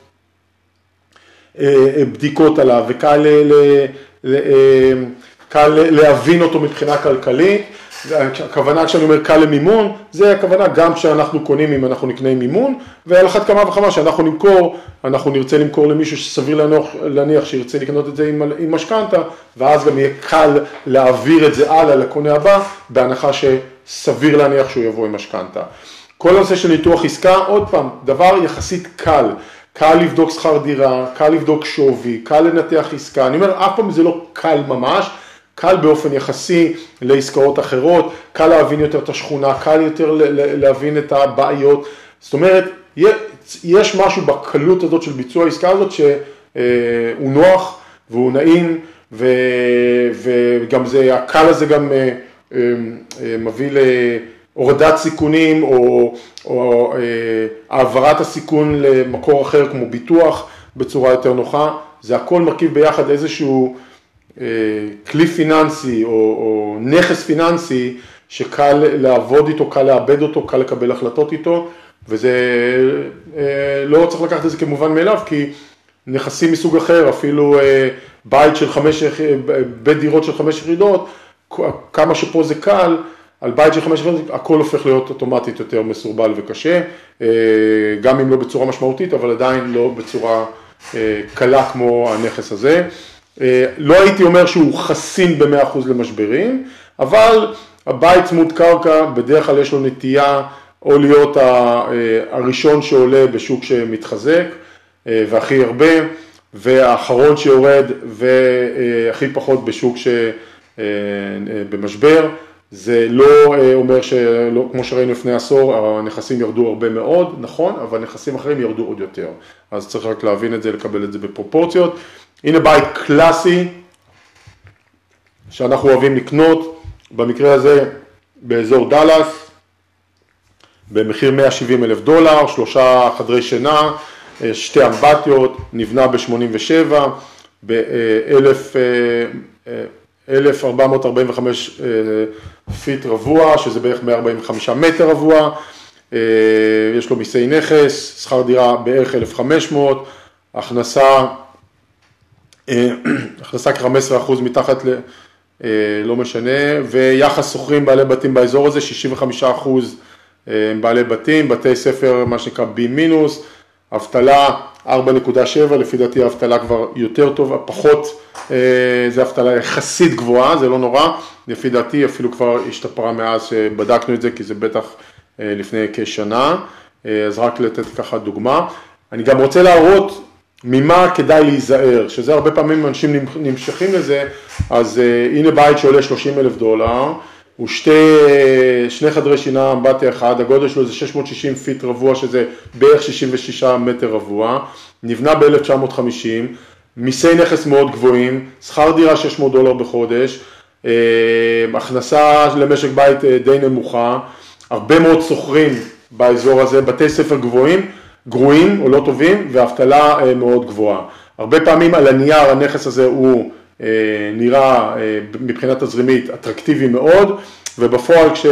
בדיקות עליו וקל ל, ל, קל להבין אותו מבחינה כלכלית. הכוונה כשאני אומר קל למימון, זה הכוונה גם כשאנחנו קונים אם אנחנו נקנה מימון, ועל אחת כמה וכמה שאנחנו נמכור, אנחנו נרצה למכור למישהו שסביר להניח, להניח שירצה לקנות את זה עם, עם משכנתה, ואז גם יהיה קל להעביר את זה הלאה לקונה הבא, בהנחה שסביר להניח שהוא יבוא עם משכנתה. כל הנושא של ניתוח עסקה, עוד פעם, דבר יחסית קל, קל לבדוק שכר דירה, קל לבדוק שווי, קל לנתח עסקה, אני אומר, אף פעם זה לא קל ממש, קל באופן יחסי לעסקאות אחרות, קל להבין יותר את השכונה, קל יותר להבין את הבעיות, זאת אומרת, יש משהו בקלות הזאת של ביצוע העסקה הזאת שהוא נוח והוא נעים, וגם זה, הקל הזה גם מביא להורדת סיכונים או, או העברת הסיכון למקור אחר כמו ביטוח בצורה יותר נוחה, זה הכל מרכיב ביחד איזשהו כלי פיננסי או, או נכס פיננסי שקל לעבוד איתו, קל לאבד אותו, קל לקבל החלטות איתו, וזה לא צריך לקחת את זה כמובן מאליו, כי נכסים מסוג אחר, אפילו בית של חמש, בית דירות של חמש יחידות, כמה שפה זה קל, על בית של חמש יחידות, הכל הופך להיות אוטומטית יותר מסורבל וקשה, גם אם לא בצורה משמעותית, אבל עדיין לא בצורה קלה כמו הנכס הזה. לא הייתי אומר שהוא חסין ב-מאה אחוז למשברים, אבל הבית צמוד קרקע בדרך כלל יש לו נטייה או להיות הראשון שעולה בשוק שמתחזק והכי הרבה, והאחרון שיורד והכי פחות בשוק שבמשבר. זה לא אומר שלא, כמו שראינו לפני עשור, הנכסים ירדו הרבה מאוד, נכון, אבל נכסים אחרים ירדו עוד יותר. אז צריך רק להבין את זה, לקבל את זה בפרופורציות. הנה בית קלאסי, שאנחנו אוהבים לקנות, במקרה הזה באזור דלס, במחיר מאה ושבעים אלף דולר, שלושה חדרי שינה, שתי אמבטיות, נבנה ב-שמונים ושבע, ב-אלף ארבע מאות ארבעים וחמש פיט רבוע, שזה בערך מאה ארבעים וחמישה מטר רבוע, יש לו מיסי נכס, שכר דירה בערך אלף וחמש מאות, הכנסה, הכנסה כ-חמישה עשר אחוז מתחת ל... לא משנה, ויחס שוכרים בעלי בתים באזור הזה, שישים וחמישה אחוז בעלי בתים, בתי ספר, מה שנקרא B מינוס, אבטלה ארבע נקודה שבע, לפי דעתי האבטלה כבר יותר טובה, פחות, זה אבטלה יחסית גבוהה, זה לא נורא, לפי דעתי אפילו כבר השתפרה מאז שבדקנו את זה, כי זה בטח לפני כשנה, אז רק לתת ככה דוגמה. אני גם רוצה להראות ממה כדאי להיזהר, שזה הרבה פעמים אנשים נמשכים לזה, אז הנה בית שעולה שלושים אלף דולר, הוא שתי, שני חדרי שינה, אמבטיה אחד, הגודל שלו זה שש מאות ושישים פיט רבוע, שזה בערך שישים ושישה מטר רבוע, נבנה ב-אלף תשע מאות וחמישים, מיסי נכס מאוד גבוהים, שכר דירה שש מאות דולר בחודש, הכנסה למשק בית די נמוכה, הרבה מאוד שוכרים באזור הזה, בתי ספר גבוהים, גרועים או לא טובים, ואבטלה מאוד גבוהה. הרבה פעמים על הנייר הנכס הזה הוא נראה מבחינת תזרימית אטרקטיבי מאוד, ובפועל כש...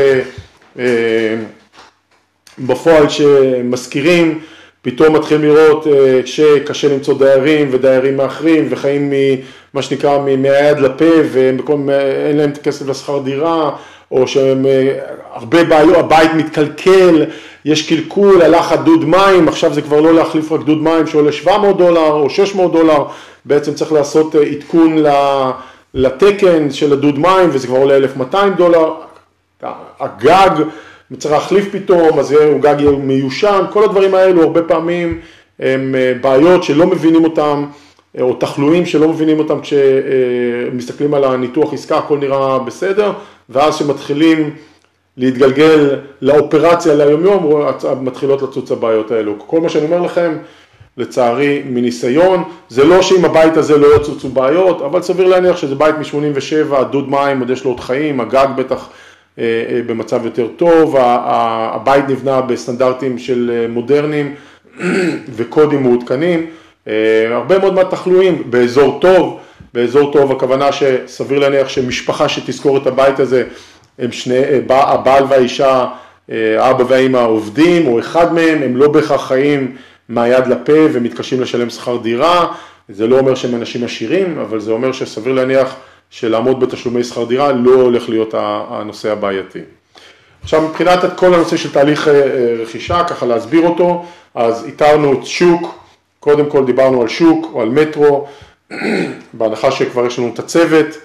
בפועל כשמזכירים, פתאום מתחילים לראות שקשה למצוא דיירים ודיירים מאחרים, וחיים ממה שנקרא מהיד לפה, ואין להם את הכסף לשכר דירה, או שהם הרבה בעיות, הבית מתקלקל, יש קלקול, הלך הדוד מים, עכשיו זה כבר לא להחליף רק דוד מים שעולה שבע מאות דולר או שש מאות דולר, בעצם צריך לעשות עדכון לתקן של הדוד מים, וזה כבר עולה אלף ומאתיים דולר, הגג צריך להחליף פתאום, אז הוא גג מיושן, כל הדברים האלו הרבה פעמים הם בעיות שלא מבינים אותם, או תחלואים שלא מבינים אותם כשמסתכלים על הניתוח עסקה, הכל נראה בסדר, ואז שמתחילים להתגלגל לאופרציה, ליומיום, מתחילות לצוץ הבעיות האלו. כל מה שאני אומר לכם, לצערי, מניסיון, זה לא שאם הבית הזה לא יצוצו בעיות, אבל סביר להניח שזה בית מ-שמונים ושבע, דוד מים, עוד יש לו עוד חיים, הגג בטח אה, אה, במצב יותר טוב, הבית נבנה בסטנדרטים של מודרניים וקודים מעודכנים, אה, הרבה מאוד מהתחלואים באזור טוב, באזור טוב הכוונה שסביר להניח שמשפחה שתזכור את הבית הזה, הם שני, הבעל והאישה, האבא והאמא עובדים, או אחד מהם, הם לא בהכרח חיים מהיד לפה ומתקשים לשלם שכר דירה, זה לא אומר שהם אנשים עשירים, אבל זה אומר שסביר להניח שלעמוד בתשלומי שכר דירה לא הולך להיות הנושא הבעייתי. עכשיו מבחינת כל הנושא של תהליך רכישה, ככה להסביר אותו, אז איתרנו את שוק, קודם כל דיברנו על שוק או על מטרו, בהנחה שכבר יש לנו את הצוות,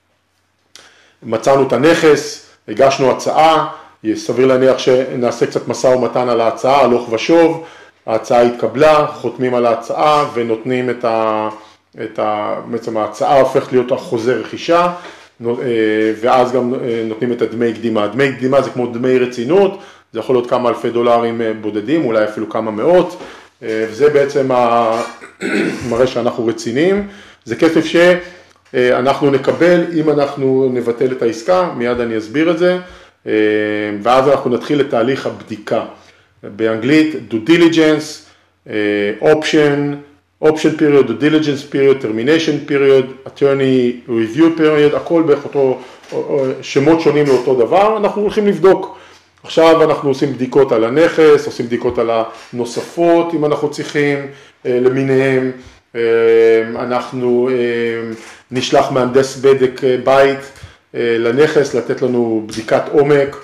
מצאנו את הנכס, הגשנו הצעה, סביר להניח שנעשה קצת משא ומתן על ההצעה, הלוך ושוב, ההצעה התקבלה, חותמים על ההצעה ונותנים את ה... את ה... בעצם ההצעה הופכת להיות החוזה רכישה, ואז גם נותנים את הדמי קדימה. דמי קדימה זה כמו דמי רצינות, זה יכול להיות כמה אלפי דולרים בודדים, אולי אפילו כמה מאות, וזה בעצם מראה שאנחנו רציניים, זה כסף שאנחנו נקבל אם אנחנו נבטל את העסקה, מיד אני אסביר את זה, ואז אנחנו נתחיל את תהליך הבדיקה. באנגלית, due diligence, option, option period, due diligence period, termination period, attorney review period, הכל בערך אותו, שמות שונים לאותו דבר, אנחנו הולכים לבדוק. עכשיו אנחנו עושים בדיקות על הנכס, עושים בדיקות על הנוספות, אם אנחנו צריכים, למיניהם, אנחנו נשלח מהנדס בדק בית לנכס, לתת לנו בדיקת עומק,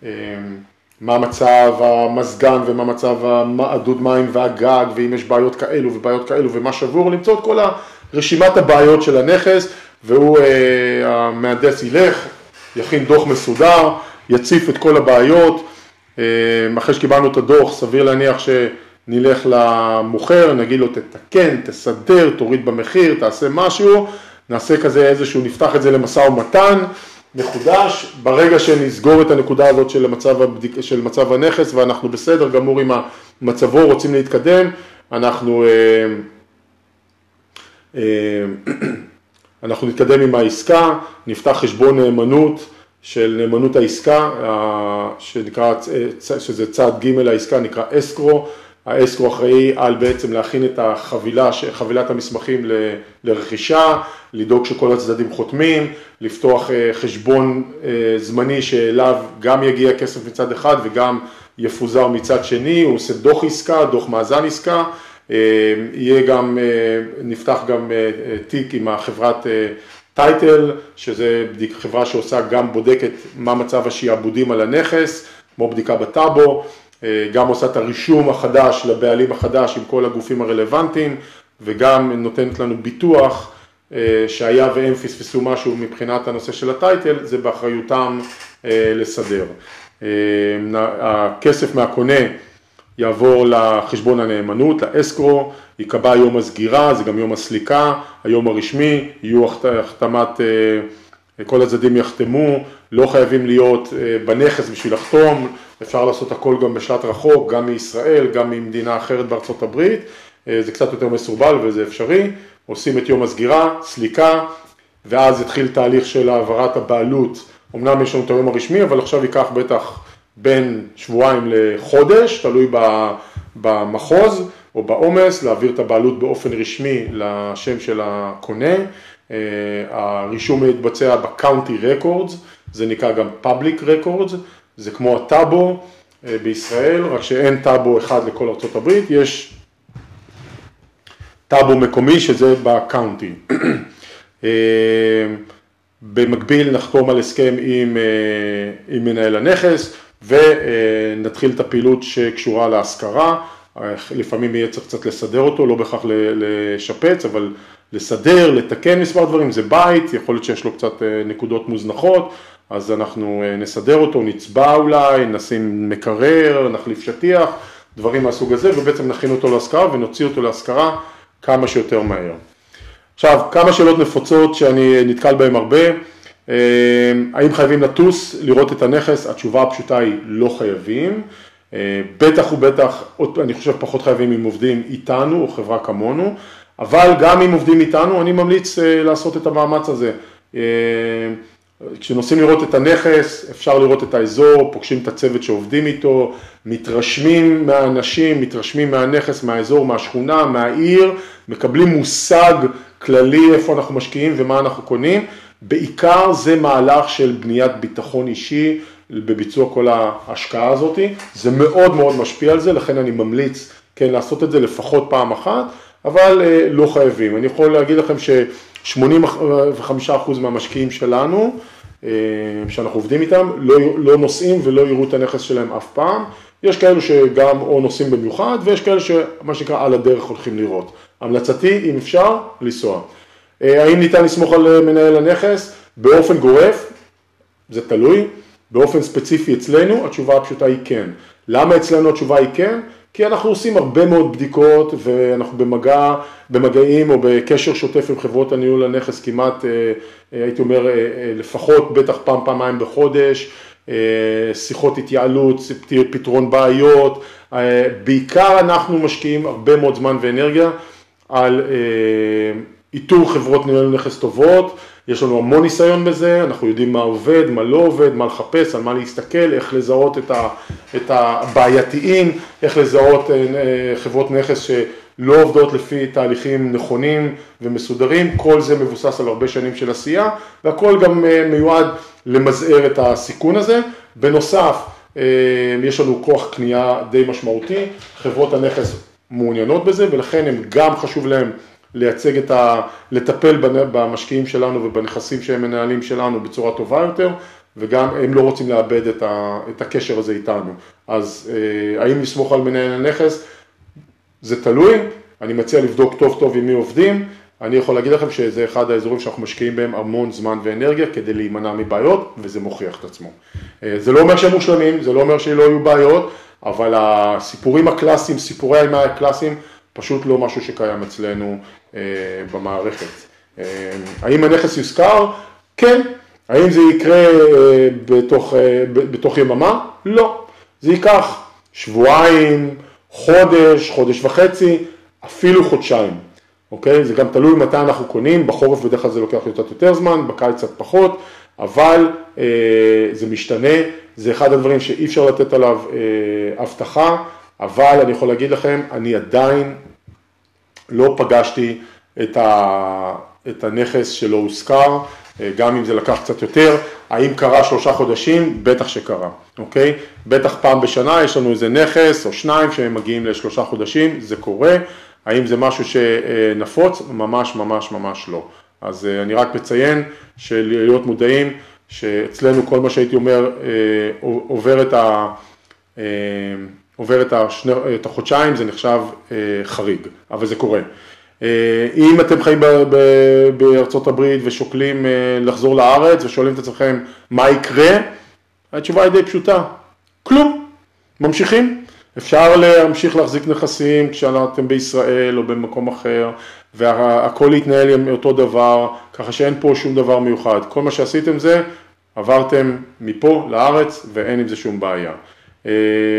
מה מצב המזגן ומה מצב הדוד מים והגג, ואם יש בעיות כאלו ובעיות כאלו ומה שבור, למצוא את כל רשימת הבעיות של הנכס, והוא, המהנדס ילך, יכין דוח מסודר, יציף את כל הבעיות, אחרי שקיבלנו את הדוח, סביר להניח שנלך למוכר, נגיד לו תתקן, תסדר, תוריד במחיר, תעשה משהו, נעשה כזה איזשהו, נפתח את זה למשא ומתן, מחודש, ברגע שנסגור את הנקודה הזאת של מצב, הבדיק, של מצב הנכס, ואנחנו בסדר גמור עם המצבו, רוצים להתקדם, אנחנו, אנחנו נתקדם עם העסקה, נפתח חשבון נאמנות של נאמנות העסקה, שנקרא, שזה צעד ג' העסקה, נקרא אסקרו, האסקרו אחראי על בעצם להכין את החבילה, חבילת המסמכים לרכישה, לדאוג שכל הצדדים חותמים, לפתוח חשבון זמני שאליו גם יגיע כסף מצד אחד וגם יפוזר מצד שני, הוא עושה דוח עסקה, דוח מאזן עסקה, יהיה גם, נפתח גם תיק עם החברת טייטל, שזה חברה שעושה גם בודקת מה מצב השיעבודים על הנכס, כמו בדיקה בטאבו, גם עושה את הרישום החדש לבעלים החדש עם כל הגופים הרלוונטיים, וגם נותנת לנו ביטוח שהיה והם פספסו משהו מבחינת הנושא של הטייטל, זה באחריותם לסדר. הכסף מהקונה יעבור לחשבון הנאמנות, לאסקרו, יקבע יום הסגירה, זה גם יום הסליקה, היום הרשמי, יהיו החתמת, כל הצדדים יחתמו, לא חייבים להיות בנכס בשביל לחתום, אפשר לעשות הכל גם בשלט רחוק, גם מישראל, גם ממדינה אחרת בארצות הברית, זה קצת יותר מסורבל וזה אפשרי, עושים את יום הסגירה, סליקה, ואז התחיל תהליך של העברת הבעלות, אמנם יש לנו את היום הרשמי, אבל עכשיו ייקח בטח בין שבועיים לחודש, תלוי במחוז או בעומס, להעביר את הבעלות באופן רשמי לשם של הקונה, הרישום יתבצע בקאונטי רקורדס, זה נקרא גם פאבליק רקורדס, זה כמו הטאבו בישראל, רק שאין טאבו אחד לכל ארצות הברית, יש טאבו מקומי שזה בקאונטי. במקביל נחתום על הסכם עם, עם מנהל הנכס ונתחיל את הפעילות שקשורה להשכרה, לפעמים יהיה צריך קצת לסדר אותו, לא בהכרח לשפץ, אבל לסדר, לתקן מספר דברים, זה בית, יכול להיות שיש לו קצת נקודות מוזנחות, אז אנחנו נסדר אותו, נצבע אולי, נשים מקרר, נחליף שטיח, דברים מהסוג הזה, ובעצם נכין אותו להשכרה ונוציא אותו להשכרה כמה שיותר מהר. עכשיו, כמה שאלות נפוצות שאני נתקל בהן הרבה, האם חייבים לטוס, לראות את הנכס? התשובה הפשוטה היא לא חייבים. בטח ובטח, אני חושב פחות חייבים אם עובדים איתנו או חברה כמונו, אבל גם אם עובדים איתנו, אני ממליץ לעשות את המאמץ הזה. כשנוסעים לראות את הנכס, אפשר לראות את האזור, פוגשים את הצוות שעובדים איתו, מתרשמים מהאנשים, מתרשמים מהנכס, מהאזור, מהשכונה, מהעיר, מקבלים מושג כללי איפה אנחנו משקיעים ומה אנחנו קונים. בעיקר זה מהלך של בניית ביטחון אישי בביצוע כל ההשקעה הזאת. זה מאוד מאוד משפיע על זה, לכן אני ממליץ כן לעשות את זה לפחות פעם אחת, אבל לא חייבים. אני יכול להגיד לכם ש-שמונים וחמישה אחוז מהמשקיעים שלנו, שאנחנו עובדים איתם, לא, לא נוסעים ולא יראו את הנכס שלהם אף פעם. יש כאלו שגם או נוסעים במיוחד, ויש כאלו שמה שנקרא על הדרך הולכים לראות. המלצתי, אם אפשר, לנסוע. האם ניתן לסמוך על מנהל הנכס? באופן גורף, זה תלוי. באופן ספציפי אצלנו, התשובה הפשוטה היא כן. למה אצלנו התשובה היא כן? כי אנחנו עושים הרבה מאוד בדיקות, ואנחנו במגע, במגעים או בקשר שוטף עם חברות הניהול הנכס, כמעט, הייתי אומר, לפחות בטח פעם, פעמיים בחודש, שיחות התייעלות, פתרון בעיות, בעיקר אנחנו משקיעים הרבה מאוד זמן ואנרגיה על איתור חברות ניהול נכס טובות, יש לנו המון ניסיון בזה, אנחנו יודעים מה עובד, מה לא עובד, מה לחפש, על מה להסתכל, איך לזהות את, ה, את הבעייתיים, איך לזהות חברות נכס שלא עובדות לפי תהליכים נכונים ומסודרים, כל זה מבוסס על הרבה שנים של עשייה, והכל גם מיועד למזער את הסיכון הזה. בנוסף, יש לנו כוח קנייה די משמעותי, חברות הנכס מעוניינות בזה, ולכן הם גם חשוב להם לייצג את ה... לטפל במשקיעים שלנו ובנכסים שהם מנהלים שלנו בצורה טובה יותר, וגם הם לא רוצים לאבד את, ה... את הקשר הזה איתנו. אז האם לסמוך על מנהל הנכס? זה תלוי, אני מציע לבדוק טוב טוב עם מי עובדים, אני יכול להגיד לכם שזה אחד האזורים שאנחנו משקיעים בהם המון זמן ואנרגיה כדי להימנע מבעיות, וזה מוכיח את עצמו. זה לא אומר שהם מושלמים, זה לא אומר שלא יהיו בעיות, אבל הסיפורים הקלאסיים, סיפורי האימה הקלאסיים, פשוט לא משהו שקיים אצלנו אה, במערכת. אה, האם הנכס יוזכר? כן. האם זה יקרה אה, בתוך, אה, בתוך יממה? לא. זה ייקח שבועיים, חודש, חודש וחצי, אפילו חודשיים. אוקיי? זה גם תלוי מתי אנחנו קונים, בחורף בדרך כלל זה לוקח יותר יותר זמן, בקיץ קצת פחות, אבל אה, זה משתנה, זה אחד הדברים שאי אפשר לתת עליו אה, הבטחה, אבל אני יכול להגיד לכם, אני עדיין לא פגשתי את, ה, את הנכס שלא הוזכר, גם אם זה לקח קצת יותר. האם קרה שלושה חודשים? בטח שקרה, אוקיי? בטח פעם בשנה יש לנו איזה נכס או שניים שהם מגיעים לשלושה חודשים, זה קורה. האם זה משהו שנפוץ? ממש ממש ממש לא. אז אני רק מציין שלהיות מודעים, שאצלנו כל מה שהייתי אומר עובר את ה... עובר את, השני, את החודשיים, זה נחשב אה, חריג, אבל זה קורה. אה, אם אתם חיים ב, ב, בארצות הברית ושוקלים אה, לחזור לארץ ושואלים את עצמכם מה יקרה, התשובה היא די פשוטה, כלום, ממשיכים. אפשר להמשיך להחזיק נכסים כשאתם בישראל או במקום אחר, והכל יתנהל עם אותו דבר, ככה שאין פה שום דבר מיוחד. כל מה שעשיתם זה, עברתם מפה לארץ ואין עם זה שום בעיה. אה,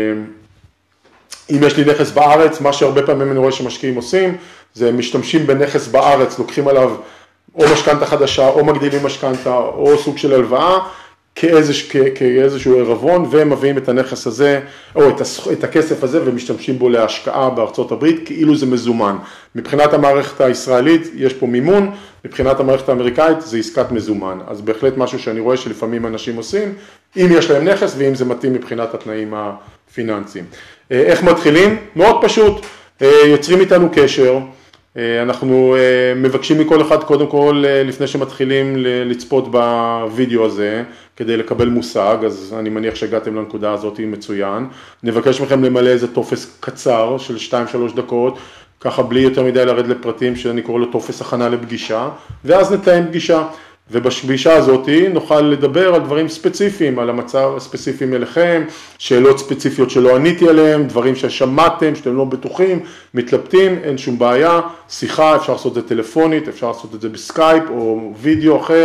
אם יש לי נכס בארץ, מה שהרבה פעמים אני רואה שמשקיעים עושים, זה משתמשים בנכס בארץ, לוקחים עליו או משכנתה חדשה, או מגדילים משכנתה, או סוג של הלוואה, כאיזשה, כאיזשהו ערבון, והם מביאים את הנכס הזה, או את, את הכסף הזה, ומשתמשים בו להשקעה בארצות הברית, כאילו זה מזומן. מבחינת המערכת הישראלית, יש פה מימון, מבחינת המערכת האמריקאית, זה עסקת מזומן. אז בהחלט משהו שאני רואה שלפעמים אנשים עושים, אם יש להם נכס, ואם זה מתאים מבחינת התנאים הפיננסיים. איך מתחילים? מאוד פשוט, יוצרים איתנו קשר, אנחנו מבקשים מכל אחד קודם כל לפני שמתחילים לצפות בווידאו הזה כדי לקבל מושג, אז אני מניח שהגעתם לנקודה הזאת מצוין. נבקש מכם למלא איזה טופס קצר של שתיים שלוש דקות, ככה בלי יותר מדי לרד לפרטים שאני קורא לו טופס הכנה לפגישה, ואז נתאם פגישה. ובפגישה הזאת נוכל לדבר על דברים ספציפיים, על המצב הספציפיים אליכם, שאלות ספציפיות שלא עניתי עליהם, דברים ששמעתם, שאתם לא בטוחים, מתלבטים, אין שום בעיה, שיחה, אפשר לעשות את זה טלפונית, אפשר לעשות את זה בסקייפ או וידאו אחר,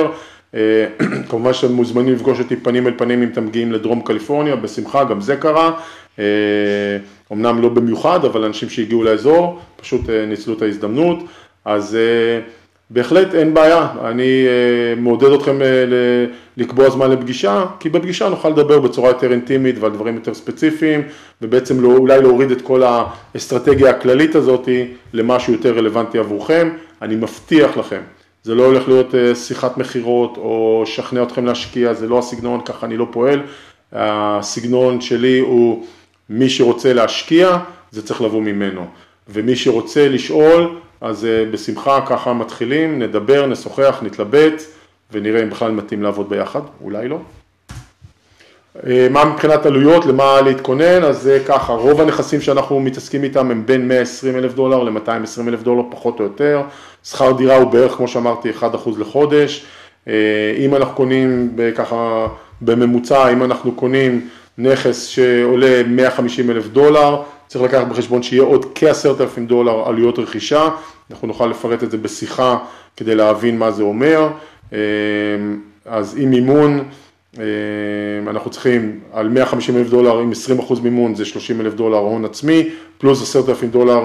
כמובן שאתם מוזמנים לפגוש אותי פנים אל פנים אם אתם מגיעים לדרום קליפורניה, בשמחה, גם זה קרה. אמנם לא במיוחד, אבל אנשים שהגיעו לאזור, פשוט ניצלו את ההזדמנות. אז בהחלט אין בעיה, אני מעודד אתכם לקבוע זמן לפגישה, כי בפגישה נוכל לדבר בצורה יותר אינטימית ועל דברים יותר ספציפיים, ובעצם לא, אולי להוריד את כל האסטרטגיה הכללית הזאת למשהו יותר רלוונטי עבורכם. אני מבטיח לכם, זה לא הולך להיות שיחת מחירות או שכנע אתכם להשקיע, זה לא הסגנון, ככה אני לא פועל. הסגנון שלי הוא מי שרוצה להשקיע, זה צריך לבוא ממנו, ומי שרוצה לשאול, אז בשמחה ככה מתחילים, נדבר, נשוחח, נתלבט, ונראה אם בכלל מתאים לעבוד ביחד, אולי לא. מה מבחינת עלויות, למה להתכונן, אז זה ככה, רוב הנכסים שאנחנו מתעסקים איתם הם בין מאה ועשרים אלף דולר ל-מאתיים ועשרים אלף דולר, פחות או יותר. שכר דירה הוא בערך, כמו שאמרתי, אחד אחוז לחודש. אם אנחנו קונים ככה בממוצע, אם אנחנו קונים נכס שעולה מאה וחמישים אלף דולר, צריך לקחת בחשבון שיהיה עוד כ-עשרת אלפים דולר עלויות רכישה, אנחנו נוכל לפרט את זה בשיחה כדי להבין מה זה אומר. אז עם מימון, אנחנו צריכים על מאה וחמישים אלף דולר, עם עשרים אחוז מימון זה שלושים אלף דולר הון עצמי, פלוס עשרת אלפים דולר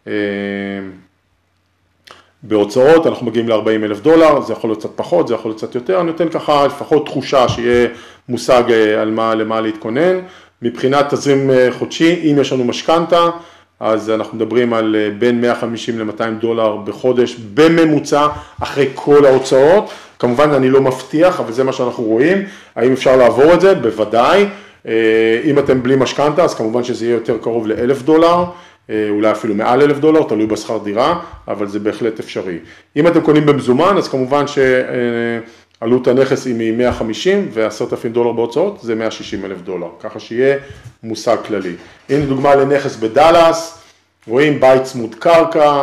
בהוצאות, אנחנו מגיעים ל-ארבעים אלף דולר, זה יכול להיות קצת פחות, זה יכול להיות קצת יותר, אני נותן ככה לפחות תחושה שיהיה מושג על מה, למה להתכונן. מבחינת תזרים חודשי, אם יש לנו משכנתה, אז אנחנו מדברים על בין מאה וחמישים ל-מאתיים דולר בחודש בממוצע, אחרי כל ההוצאות. כמובן אני לא מבטיח, אבל זה מה שאנחנו רואים. האם אפשר לעבור את זה? בוודאי. אם אתם בלי משכנתה, אז כמובן שזה יהיה יותר קרוב ל-אלף דולר, אולי אפילו מעל אלף דולר, תלוי בשכר דירה, אבל זה בהחלט אפשרי. אם אתם קונים במזומן, אז כמובן שעלות הנכס היא מ-מאה וחמישים ו-עשרת אלפים דולר בהוצאות, זה מאה ושישים אלף דולר, ככה שיהיה מושג כללי. הנה דוגמה לנכס בדלס, רואים בית צמוד קרקע,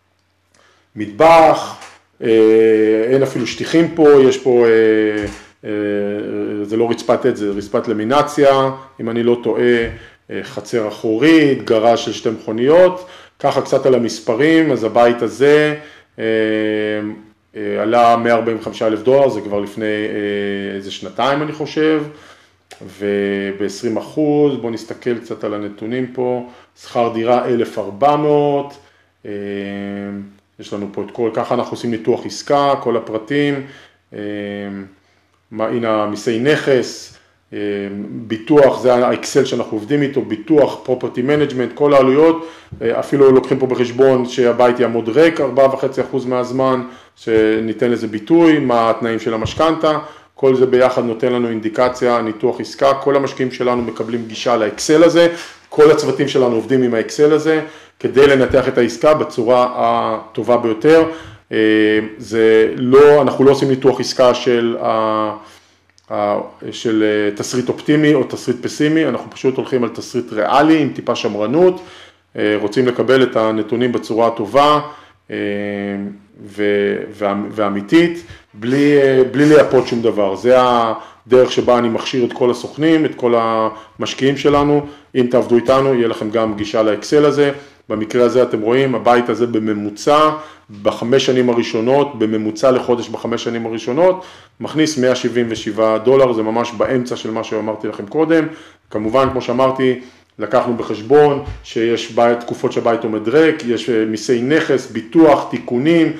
מטבח, אין אפילו שטיחים פה, יש פה, זה לא רצפת עץ, זה רצפת למינציה, אם אני לא טועה, חצר אחורית, גראז' של שתי מכוניות, ככה קצת על המספרים, אז הבית הזה עלה מאה וארבעים וחמישה אלף דולר, זה כבר לפני איזה שנתיים אני חושב, וב-עשרים אחוז, בואו נסתכל קצת על הנתונים פה, שכר דירה אלף וארבע מאות, יש לנו פה את כל, ככה אנחנו עושים ניתוח עסקה, כל הפרטים, מה, הנה מיסי נכס, ביטוח, זה האקסל שאנחנו עובדים איתו, ביטוח, פרופרטי מנג'מנט, כל העלויות, אפילו לוקחים פה בחשבון שהבית יעמוד ריק, ארבעה וחצי אחוז מהזמן, שניתן לזה ביטוי, מה התנאים של המשכנתה, כל זה ביחד נותן לנו אינדיקציה, ניתוח עסקה, כל המשקיעים שלנו מקבלים גישה לאקסל הזה, כל הצוותים שלנו עובדים עם האקסל הזה, כדי לנתח את העסקה בצורה הטובה ביותר. זה לא, אנחנו לא עושים ניתוח עסקה של של תסריט אופטימי או תסריט פסימי, אנחנו פשוט הולכים על תסריט ריאלי עם טיפה שמרנות, רוצים לקבל את הנתונים בצורה הטובה ואמיתית, בלי, בלי לייפות שום דבר. זה הדרך שבה אני מכשיר את כל הסוכנים, את כל המשקיעים שלנו. אם תעבדו איתנו, יהיה לכם גם גישה לאקסל הזה. במקרה הזה אתם רואים, הבית הזה בממוצע, בחמש שנים הראשונות, בממוצע לחודש בחמש שנים הראשונות, מכניס מאה שבעים ושבעה דולר, זה ממש באמצע של מה שאמרתי לכם קודם. כמובן, כמו שאמרתי, לקחנו בחשבון שיש בית, תקופות שהבית עומד ריק, יש מיסי נכס, ביטוח, תיקונים,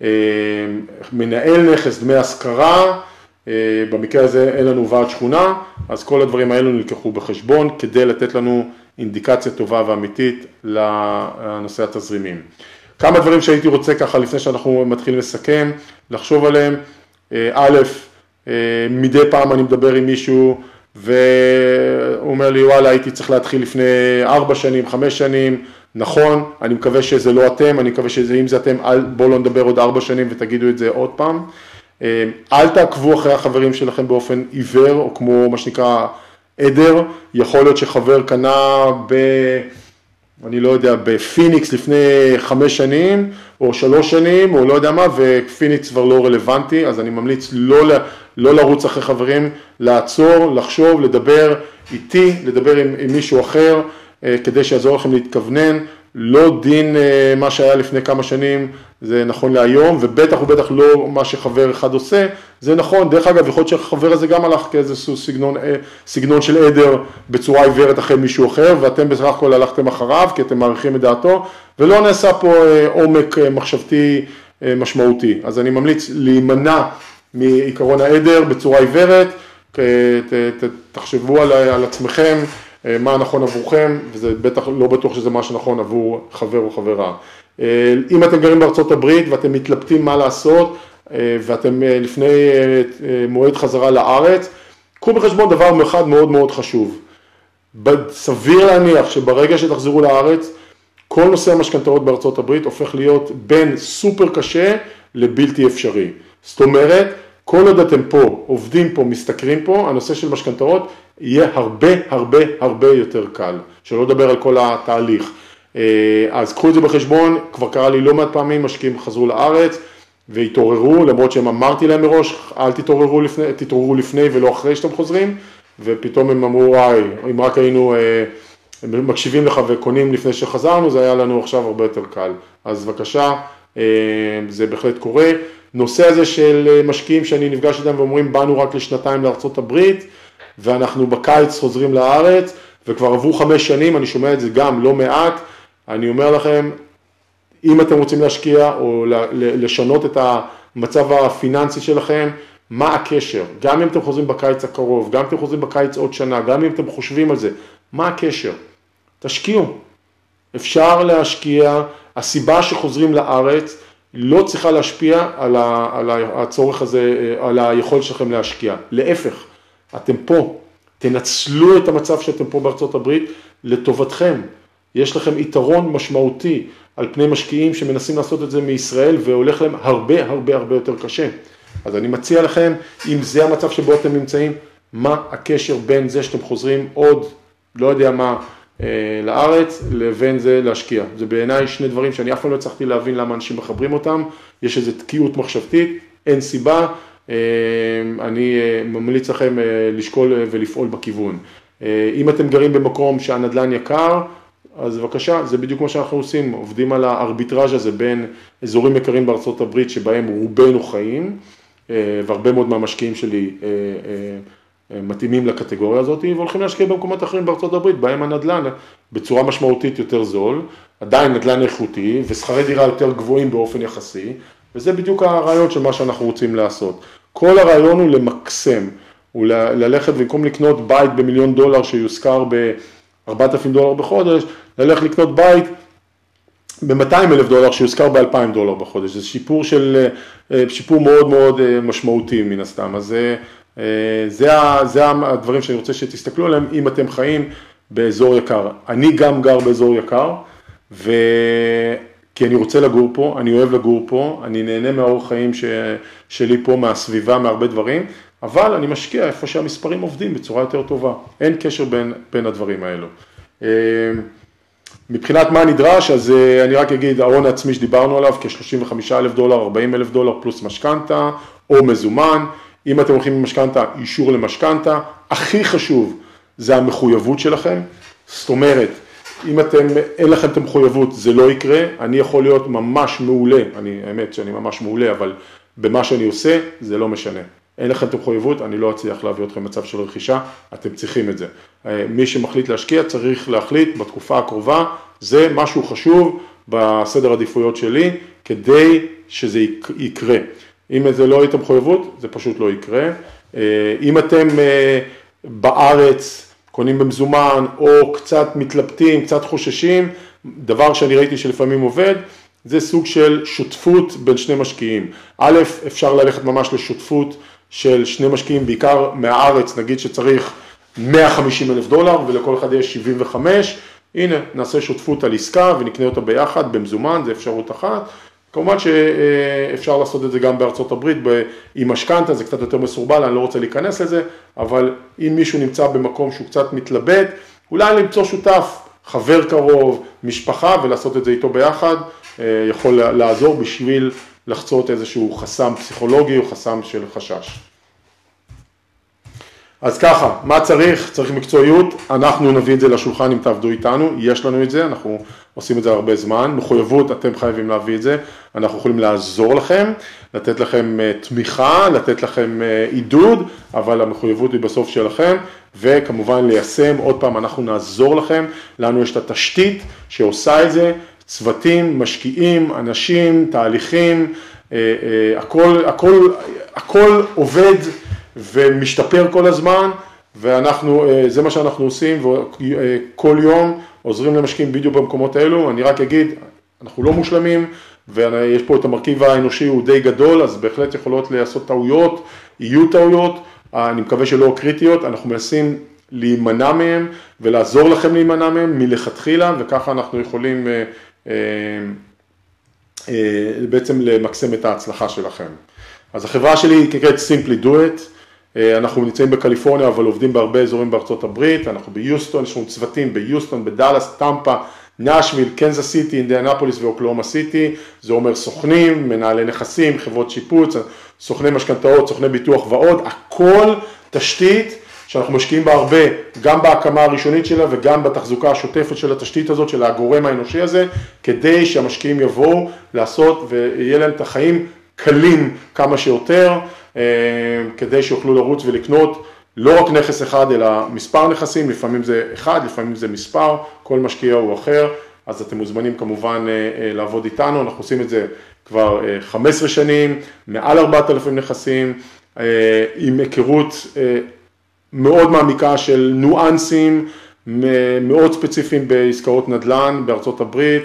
מנהל נכס, דמי השכרה, במקרה הזה אין לנו ועד שכונה, אז כל הדברים האלו נלקחו בחשבון כדי לתת לנו אינדיקציה טובה ואמיתית לנושא התזרימים. כמה דברים שהייתי רוצה ככה לפני שאנחנו מתחילים לסכם, לחשוב עליהם. א', מדי פעם אני מדבר עם מישהו והוא אומר לי וואלה הייתי צריך להתחיל לפני ארבע שנים, חמש שנים, נכון, אני מקווה שזה לא אתם, אני מקווה שזה אם זה אתם, בואו לא נדבר עוד ארבע שנים ותגידו את זה עוד פעם. אל תעקבו אחרי החברים שלכם באופן עיוור או כמו מה שנקרא עדר, יכול להיות שחבר קנה ב... אני לא יודע, בפיניקס לפני חמש שנים, או שלוש שנים, או לא יודע מה, ופיניקס כבר לא רלוונטי, אז אני ממליץ לא, לא לרוץ אחרי חברים, לעצור, לחשוב, לדבר איתי, לדבר עם, עם מישהו אחר, כדי שיעזור לכם להתכוונן, לא דין מה שהיה לפני כמה שנים, זה נכון להיום, ובטח ובטח לא מה שחבר אחד עושה, זה נכון, דרך אגב, יכול להיות שהחבר הזה גם הלך כאיזשהו סגנון, סגנון של עדר בצורה עיוורת אחרי מישהו אחר, ואתם בסך הכל הלכתם אחריו, כי אתם מעריכים את דעתו, ולא נעשה פה עומק מחשבתי משמעותי. אז אני ממליץ להימנע מעיקרון העדר בצורה עיוורת, תחשבו על, על עצמכם, מה נכון עבורכם, וזה בטח לא בטוח שזה מה שנכון עבור חבר או חברה. אם אתם גרים בארצות הברית ואתם מתלבטים מה לעשות, ואתם לפני מועד חזרה לארץ, קחו בחשבון דבר אחד מאוד מאוד חשוב. סביר להניח שברגע שתחזרו לארץ, כל נושא המשכנתאות בארצות הברית הופך להיות בין סופר קשה לבלתי אפשרי. זאת אומרת, כל עוד אתם פה, עובדים פה, משתכרים פה, הנושא של משכנתאות יהיה הרבה הרבה הרבה יותר קל, שלא לדבר על כל התהליך. אז קחו את זה בחשבון, כבר קרה לי לא מעט פעמים, משקיעים חזרו לארץ והתעוררו, למרות שהם אמרתי להם מראש, אל תתעוררו לפני, תתעוררו לפני ולא אחרי שאתם חוזרים, ופתאום הם אמרו, וואי, אם רק היינו מקשיבים לך וקונים לפני שחזרנו, זה היה לנו עכשיו הרבה יותר קל. אז בבקשה, זה בהחלט קורה. נושא הזה של משקיעים שאני נפגש איתם ואומרים, באנו רק לשנתיים לארצות הברית, ואנחנו בקיץ חוזרים לארץ, וכבר עברו חמש שנים, אני שומע את זה גם לא מעט, אני אומר לכם, אם אתם רוצים להשקיע או לשנות את המצב הפיננסי שלכם, מה הקשר? גם אם אתם חוזרים בקיץ הקרוב, גם אם אתם חוזרים בקיץ עוד שנה, גם אם אתם חושבים על זה, מה הקשר? תשקיעו. אפשר להשקיע, הסיבה שחוזרים לארץ לא צריכה להשפיע על הצורך הזה, על היכולת שלכם להשקיע. להפך, אתם פה, תנצלו את המצב שאתם פה בארצות הברית לטובתכם. יש לכם יתרון משמעותי על פני משקיעים שמנסים לעשות את זה מישראל והולך להם הרבה הרבה הרבה יותר קשה. אז אני מציע לכם, אם זה המצב שבו אתם נמצאים, מה הקשר בין זה שאתם חוזרים עוד, לא יודע מה, לארץ, לבין זה להשקיע. זה בעיניי שני דברים שאני אף פעם לא הצלחתי להבין למה אנשים מחברים אותם. יש איזו תקיעות מחשבתית, אין סיבה. אני ממליץ לכם לשקול ולפעול בכיוון. אם אתם גרים במקום שהנדל"ן יקר, אז בבקשה, זה בדיוק מה שאנחנו עושים. עובדים על הארביטראז' הזה בין אזורים יקרים בארצות הברית שבהם רובנו חיים, והרבה מאוד מהמשקיעים שלי מתאימים לקטגוריה הזאת, והולכים להשקיע במקומות אחרים בארצות הברית, בהם הנדל"ן בצורה משמעותית יותר זול, עדיין נדל"ן איכותי, ושכרי דירה יותר גבוהים באופן יחסי, וזה בדיוק הרעיון של מה שאנחנו רוצים לעשות. כל הרעיון הוא למקסם, הוא ללכת במקום לקנות בית במיליון דולר שיושכר ב-ארבעת אלפים דולר בחודש, ללכת לקנות בית ב-מאתיים אלף דולר שיושכר ב-אלפיים דולר בחודש. זה שיפור של, שיפור מאוד מאוד משמעותי מן הסתם. אז זה, זה הדברים שאני רוצה שתסתכלו עליהם אם אתם חיים באזור יקר. אני גם גר באזור יקר, ו... כי אני רוצה לגור פה, אני אוהב לגור פה, אני נהנה מהאורח חיים ש... שלי פה, מהסביבה, מהרבה דברים, אבל אני משקיע איפה שהמספרים עובדים בצורה יותר טובה. אין קשר בין, בין הדברים האלו. מבחינת מה נדרש, אז אני רק אגיד, ההון העצמי שדיברנו עליו, כ-שלושים וחמישה אלף דולר, ארבעים אלף דולר פלוס משכנתה, או מזומן. אם אתם הולכים במשכנתה, אישור למשכנתה. הכי חשוב זה המחויבות שלכם. זאת אומרת, אם אתם, אין לכם את המחויבות, זה לא יקרה. אני יכול להיות ממש מעולה, אני, האמת שאני ממש מעולה, אבל במה שאני עושה, זה לא משנה. אין לכם את המחויבות, אני לא אצליח להביא אתכם מצב של רכישה, אתם צריכים את זה. מי שמחליט להשקיע צריך להחליט בתקופה הקרובה, זה משהו חשוב בסדר עדיפויות שלי, כדי שזה יקרה. אם זה לא יהיה את המחויבות, זה פשוט לא יקרה. אם אתם בארץ קונים במזומן, או קצת מתלבטים, קצת חוששים, דבר שאני ראיתי שלפעמים עובד, זה סוג של שותפות בין שני משקיעים. א', אפשר ללכת ממש לשותפות של שני משקיעים, בעיקר מהארץ, נגיד שצריך מאה וחמישים אלף דולר, ולכל אחד יש שבעים וחמש, הנה, נעשה שותפות על עסקה ונקנה אותה ביחד, במזומן, זה אפשרות אחת. כמובן שאפשר לעשות את זה גם בארצות הברית, עם משכנתה, זה קצת יותר מסורבל, אני לא רוצה להיכנס לזה, אבל אם מישהו נמצא במקום שהוא קצת מתלבט, אולי למצוא שותף, חבר קרוב, משפחה, ולעשות את זה איתו ביחד, יכול לעזור בשביל לחצות איזשהו חסם פסיכולוגי או חסם של חשש. אז ככה, מה צריך? צריך מקצועיות, אנחנו נביא את זה לשולחן אם תעבדו איתנו, יש לנו את זה, אנחנו עושים את זה הרבה זמן, מחויבות, אתם חייבים להביא את זה, אנחנו יכולים לעזור לכם, לתת לכם תמיכה, לתת לכם עידוד, אבל המחויבות היא בסוף שלכם, וכמובן ליישם, עוד פעם אנחנו נעזור לכם, לנו יש את התשתית שעושה את זה, צוותים, משקיעים, אנשים, תהליכים, הכל, הכל, הכל עובד ומשתפר כל הזמן, ואנחנו, זה מה שאנחנו עושים, וכל יום עוזרים למשקיעים בדיוק במקומות האלו. אני רק אגיד, אנחנו לא מושלמים, ויש פה את המרכיב האנושי, הוא די גדול, אז בהחלט יכולות לעשות טעויות, יהיו טעויות, אני מקווה שלא קריטיות, אנחנו מנסים להימנע מהם, ולעזור לכם להימנע מהם מלכתחילה, וככה אנחנו יכולים בעצם למקסם את ההצלחה שלכם. אז החברה שלי היא נקראת Simply Do It, אנחנו נמצאים בקליפורניה, אבל עובדים בהרבה אזורים בארצות הברית, אנחנו ביוסטון, יש לנו צוותים ביוסטון, בדלס, טמפה, נשוויל, קנזס סיטי, אינדיאנפוליס ואוקלאומה סיטי, זה אומר סוכנים, מנהלי נכסים, חברות שיפוץ, סוכני משכנתאות, סוכני ביטוח ועוד, הכל תשתית שאנחנו משקיעים בה הרבה, גם בהקמה הראשונית שלה וגם בתחזוקה השוטפת של התשתית הזאת, של הגורם האנושי הזה, כדי שהמשקיעים יבואו לעשות ויהיה להם את החיים קלים כמה שיותר, כדי שיוכלו לרוץ ולקנות לא רק נכס אחד, אלא מספר נכסים, לפעמים זה אחד, לפעמים זה מספר, כל משקיע הוא אחר, אז אתם מוזמנים כמובן לעבוד איתנו, אנחנו עושים את זה כבר חמש עשרה שנים, מעל ארבעת אלפים נכסים, עם היכרות מאוד מעמיקה של ניואנסים, מאוד ספציפיים בעסקאות נדל"ן בארצות הברית,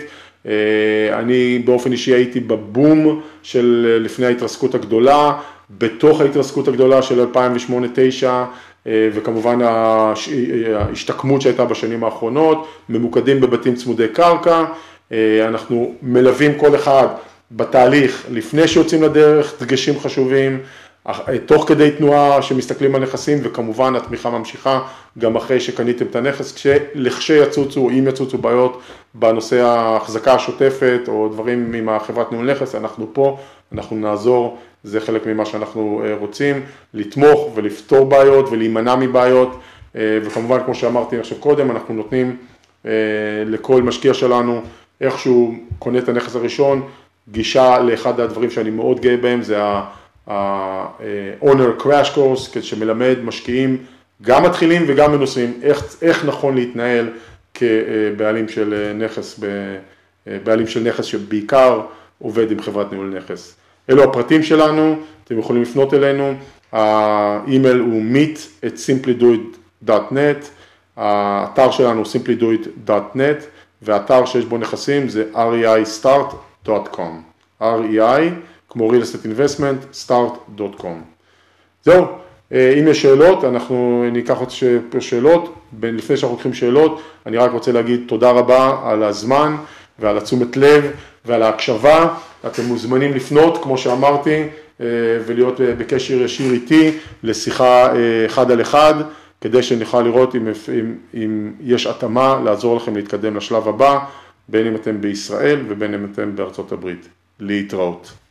אני באופן אישי הייתי בבום של לפני ההתרסקות הגדולה, בתוך ההתרסקות הגדולה של אלפיים ושמונה תשע, וכמובן ההשתקמות שהייתה בשנים האחרונות, ממוקדים בבתים צמודי קרקע, אנחנו מלווים כל אחד בתהליך לפני שיוצאים לדרך, דגשים חשובים, תוך כדי תנועה שמסתכלים על נכסים, וכמובן התמיכה ממשיכה גם אחרי שקניתם את הנכס, כשלכשי יצוצו, אם יצוצו בעיות בנושא ההחזקה השוטפת, או דברים עם החברת ניהול נכס, אנחנו פה, אנחנו נעזור, זה חלק ממה שאנחנו רוצים, לתמוך ולפתור בעיות ולהימנע מבעיות, וכמובן כמו שאמרתי עכשיו קודם, אנחנו נותנים לכל משקיע שלנו, איכשהו קונה את הנכס הראשון, גישה לאחד הדברים שאני מאוד גאה בהם, זה ה-Owner Crash Course, שמלמד משקיעים גם מתחילים וגם מנוסים, איך, איך נכון להתנהל כבעלים של נכס, בעלים של נכס שבעיקר עובד עם חברת ניהול נכס. אלו הפרטים שלנו, אתם יכולים לפנות אלינו, האימייל הוא meet at simply do it dot net, האתר שלנו הוא simply do it dot net, והאתר שיש בו נכסים זה r e i start dot com, r e i כמו real estate investment, start dot com. זהו, אם יש שאלות, אנחנו ניקח עוד שאלות, לפני שאנחנו לוקחים שאלות, אני רק רוצה להגיד תודה רבה על הזמן ועל התשומת לב ועל ההקשבה, אתם מוזמנים לפנות, כמו שאמרתי, ולהיות בקשר ישיר איתי, לשיחה אחד על אחד, כדי שנוכל לראות אם, אם, אם יש התאמה, לעזור לכם להתקדם לשלב הבא, בין אם אתם בישראל ובין אם אתם בארצות הברית. להתראות.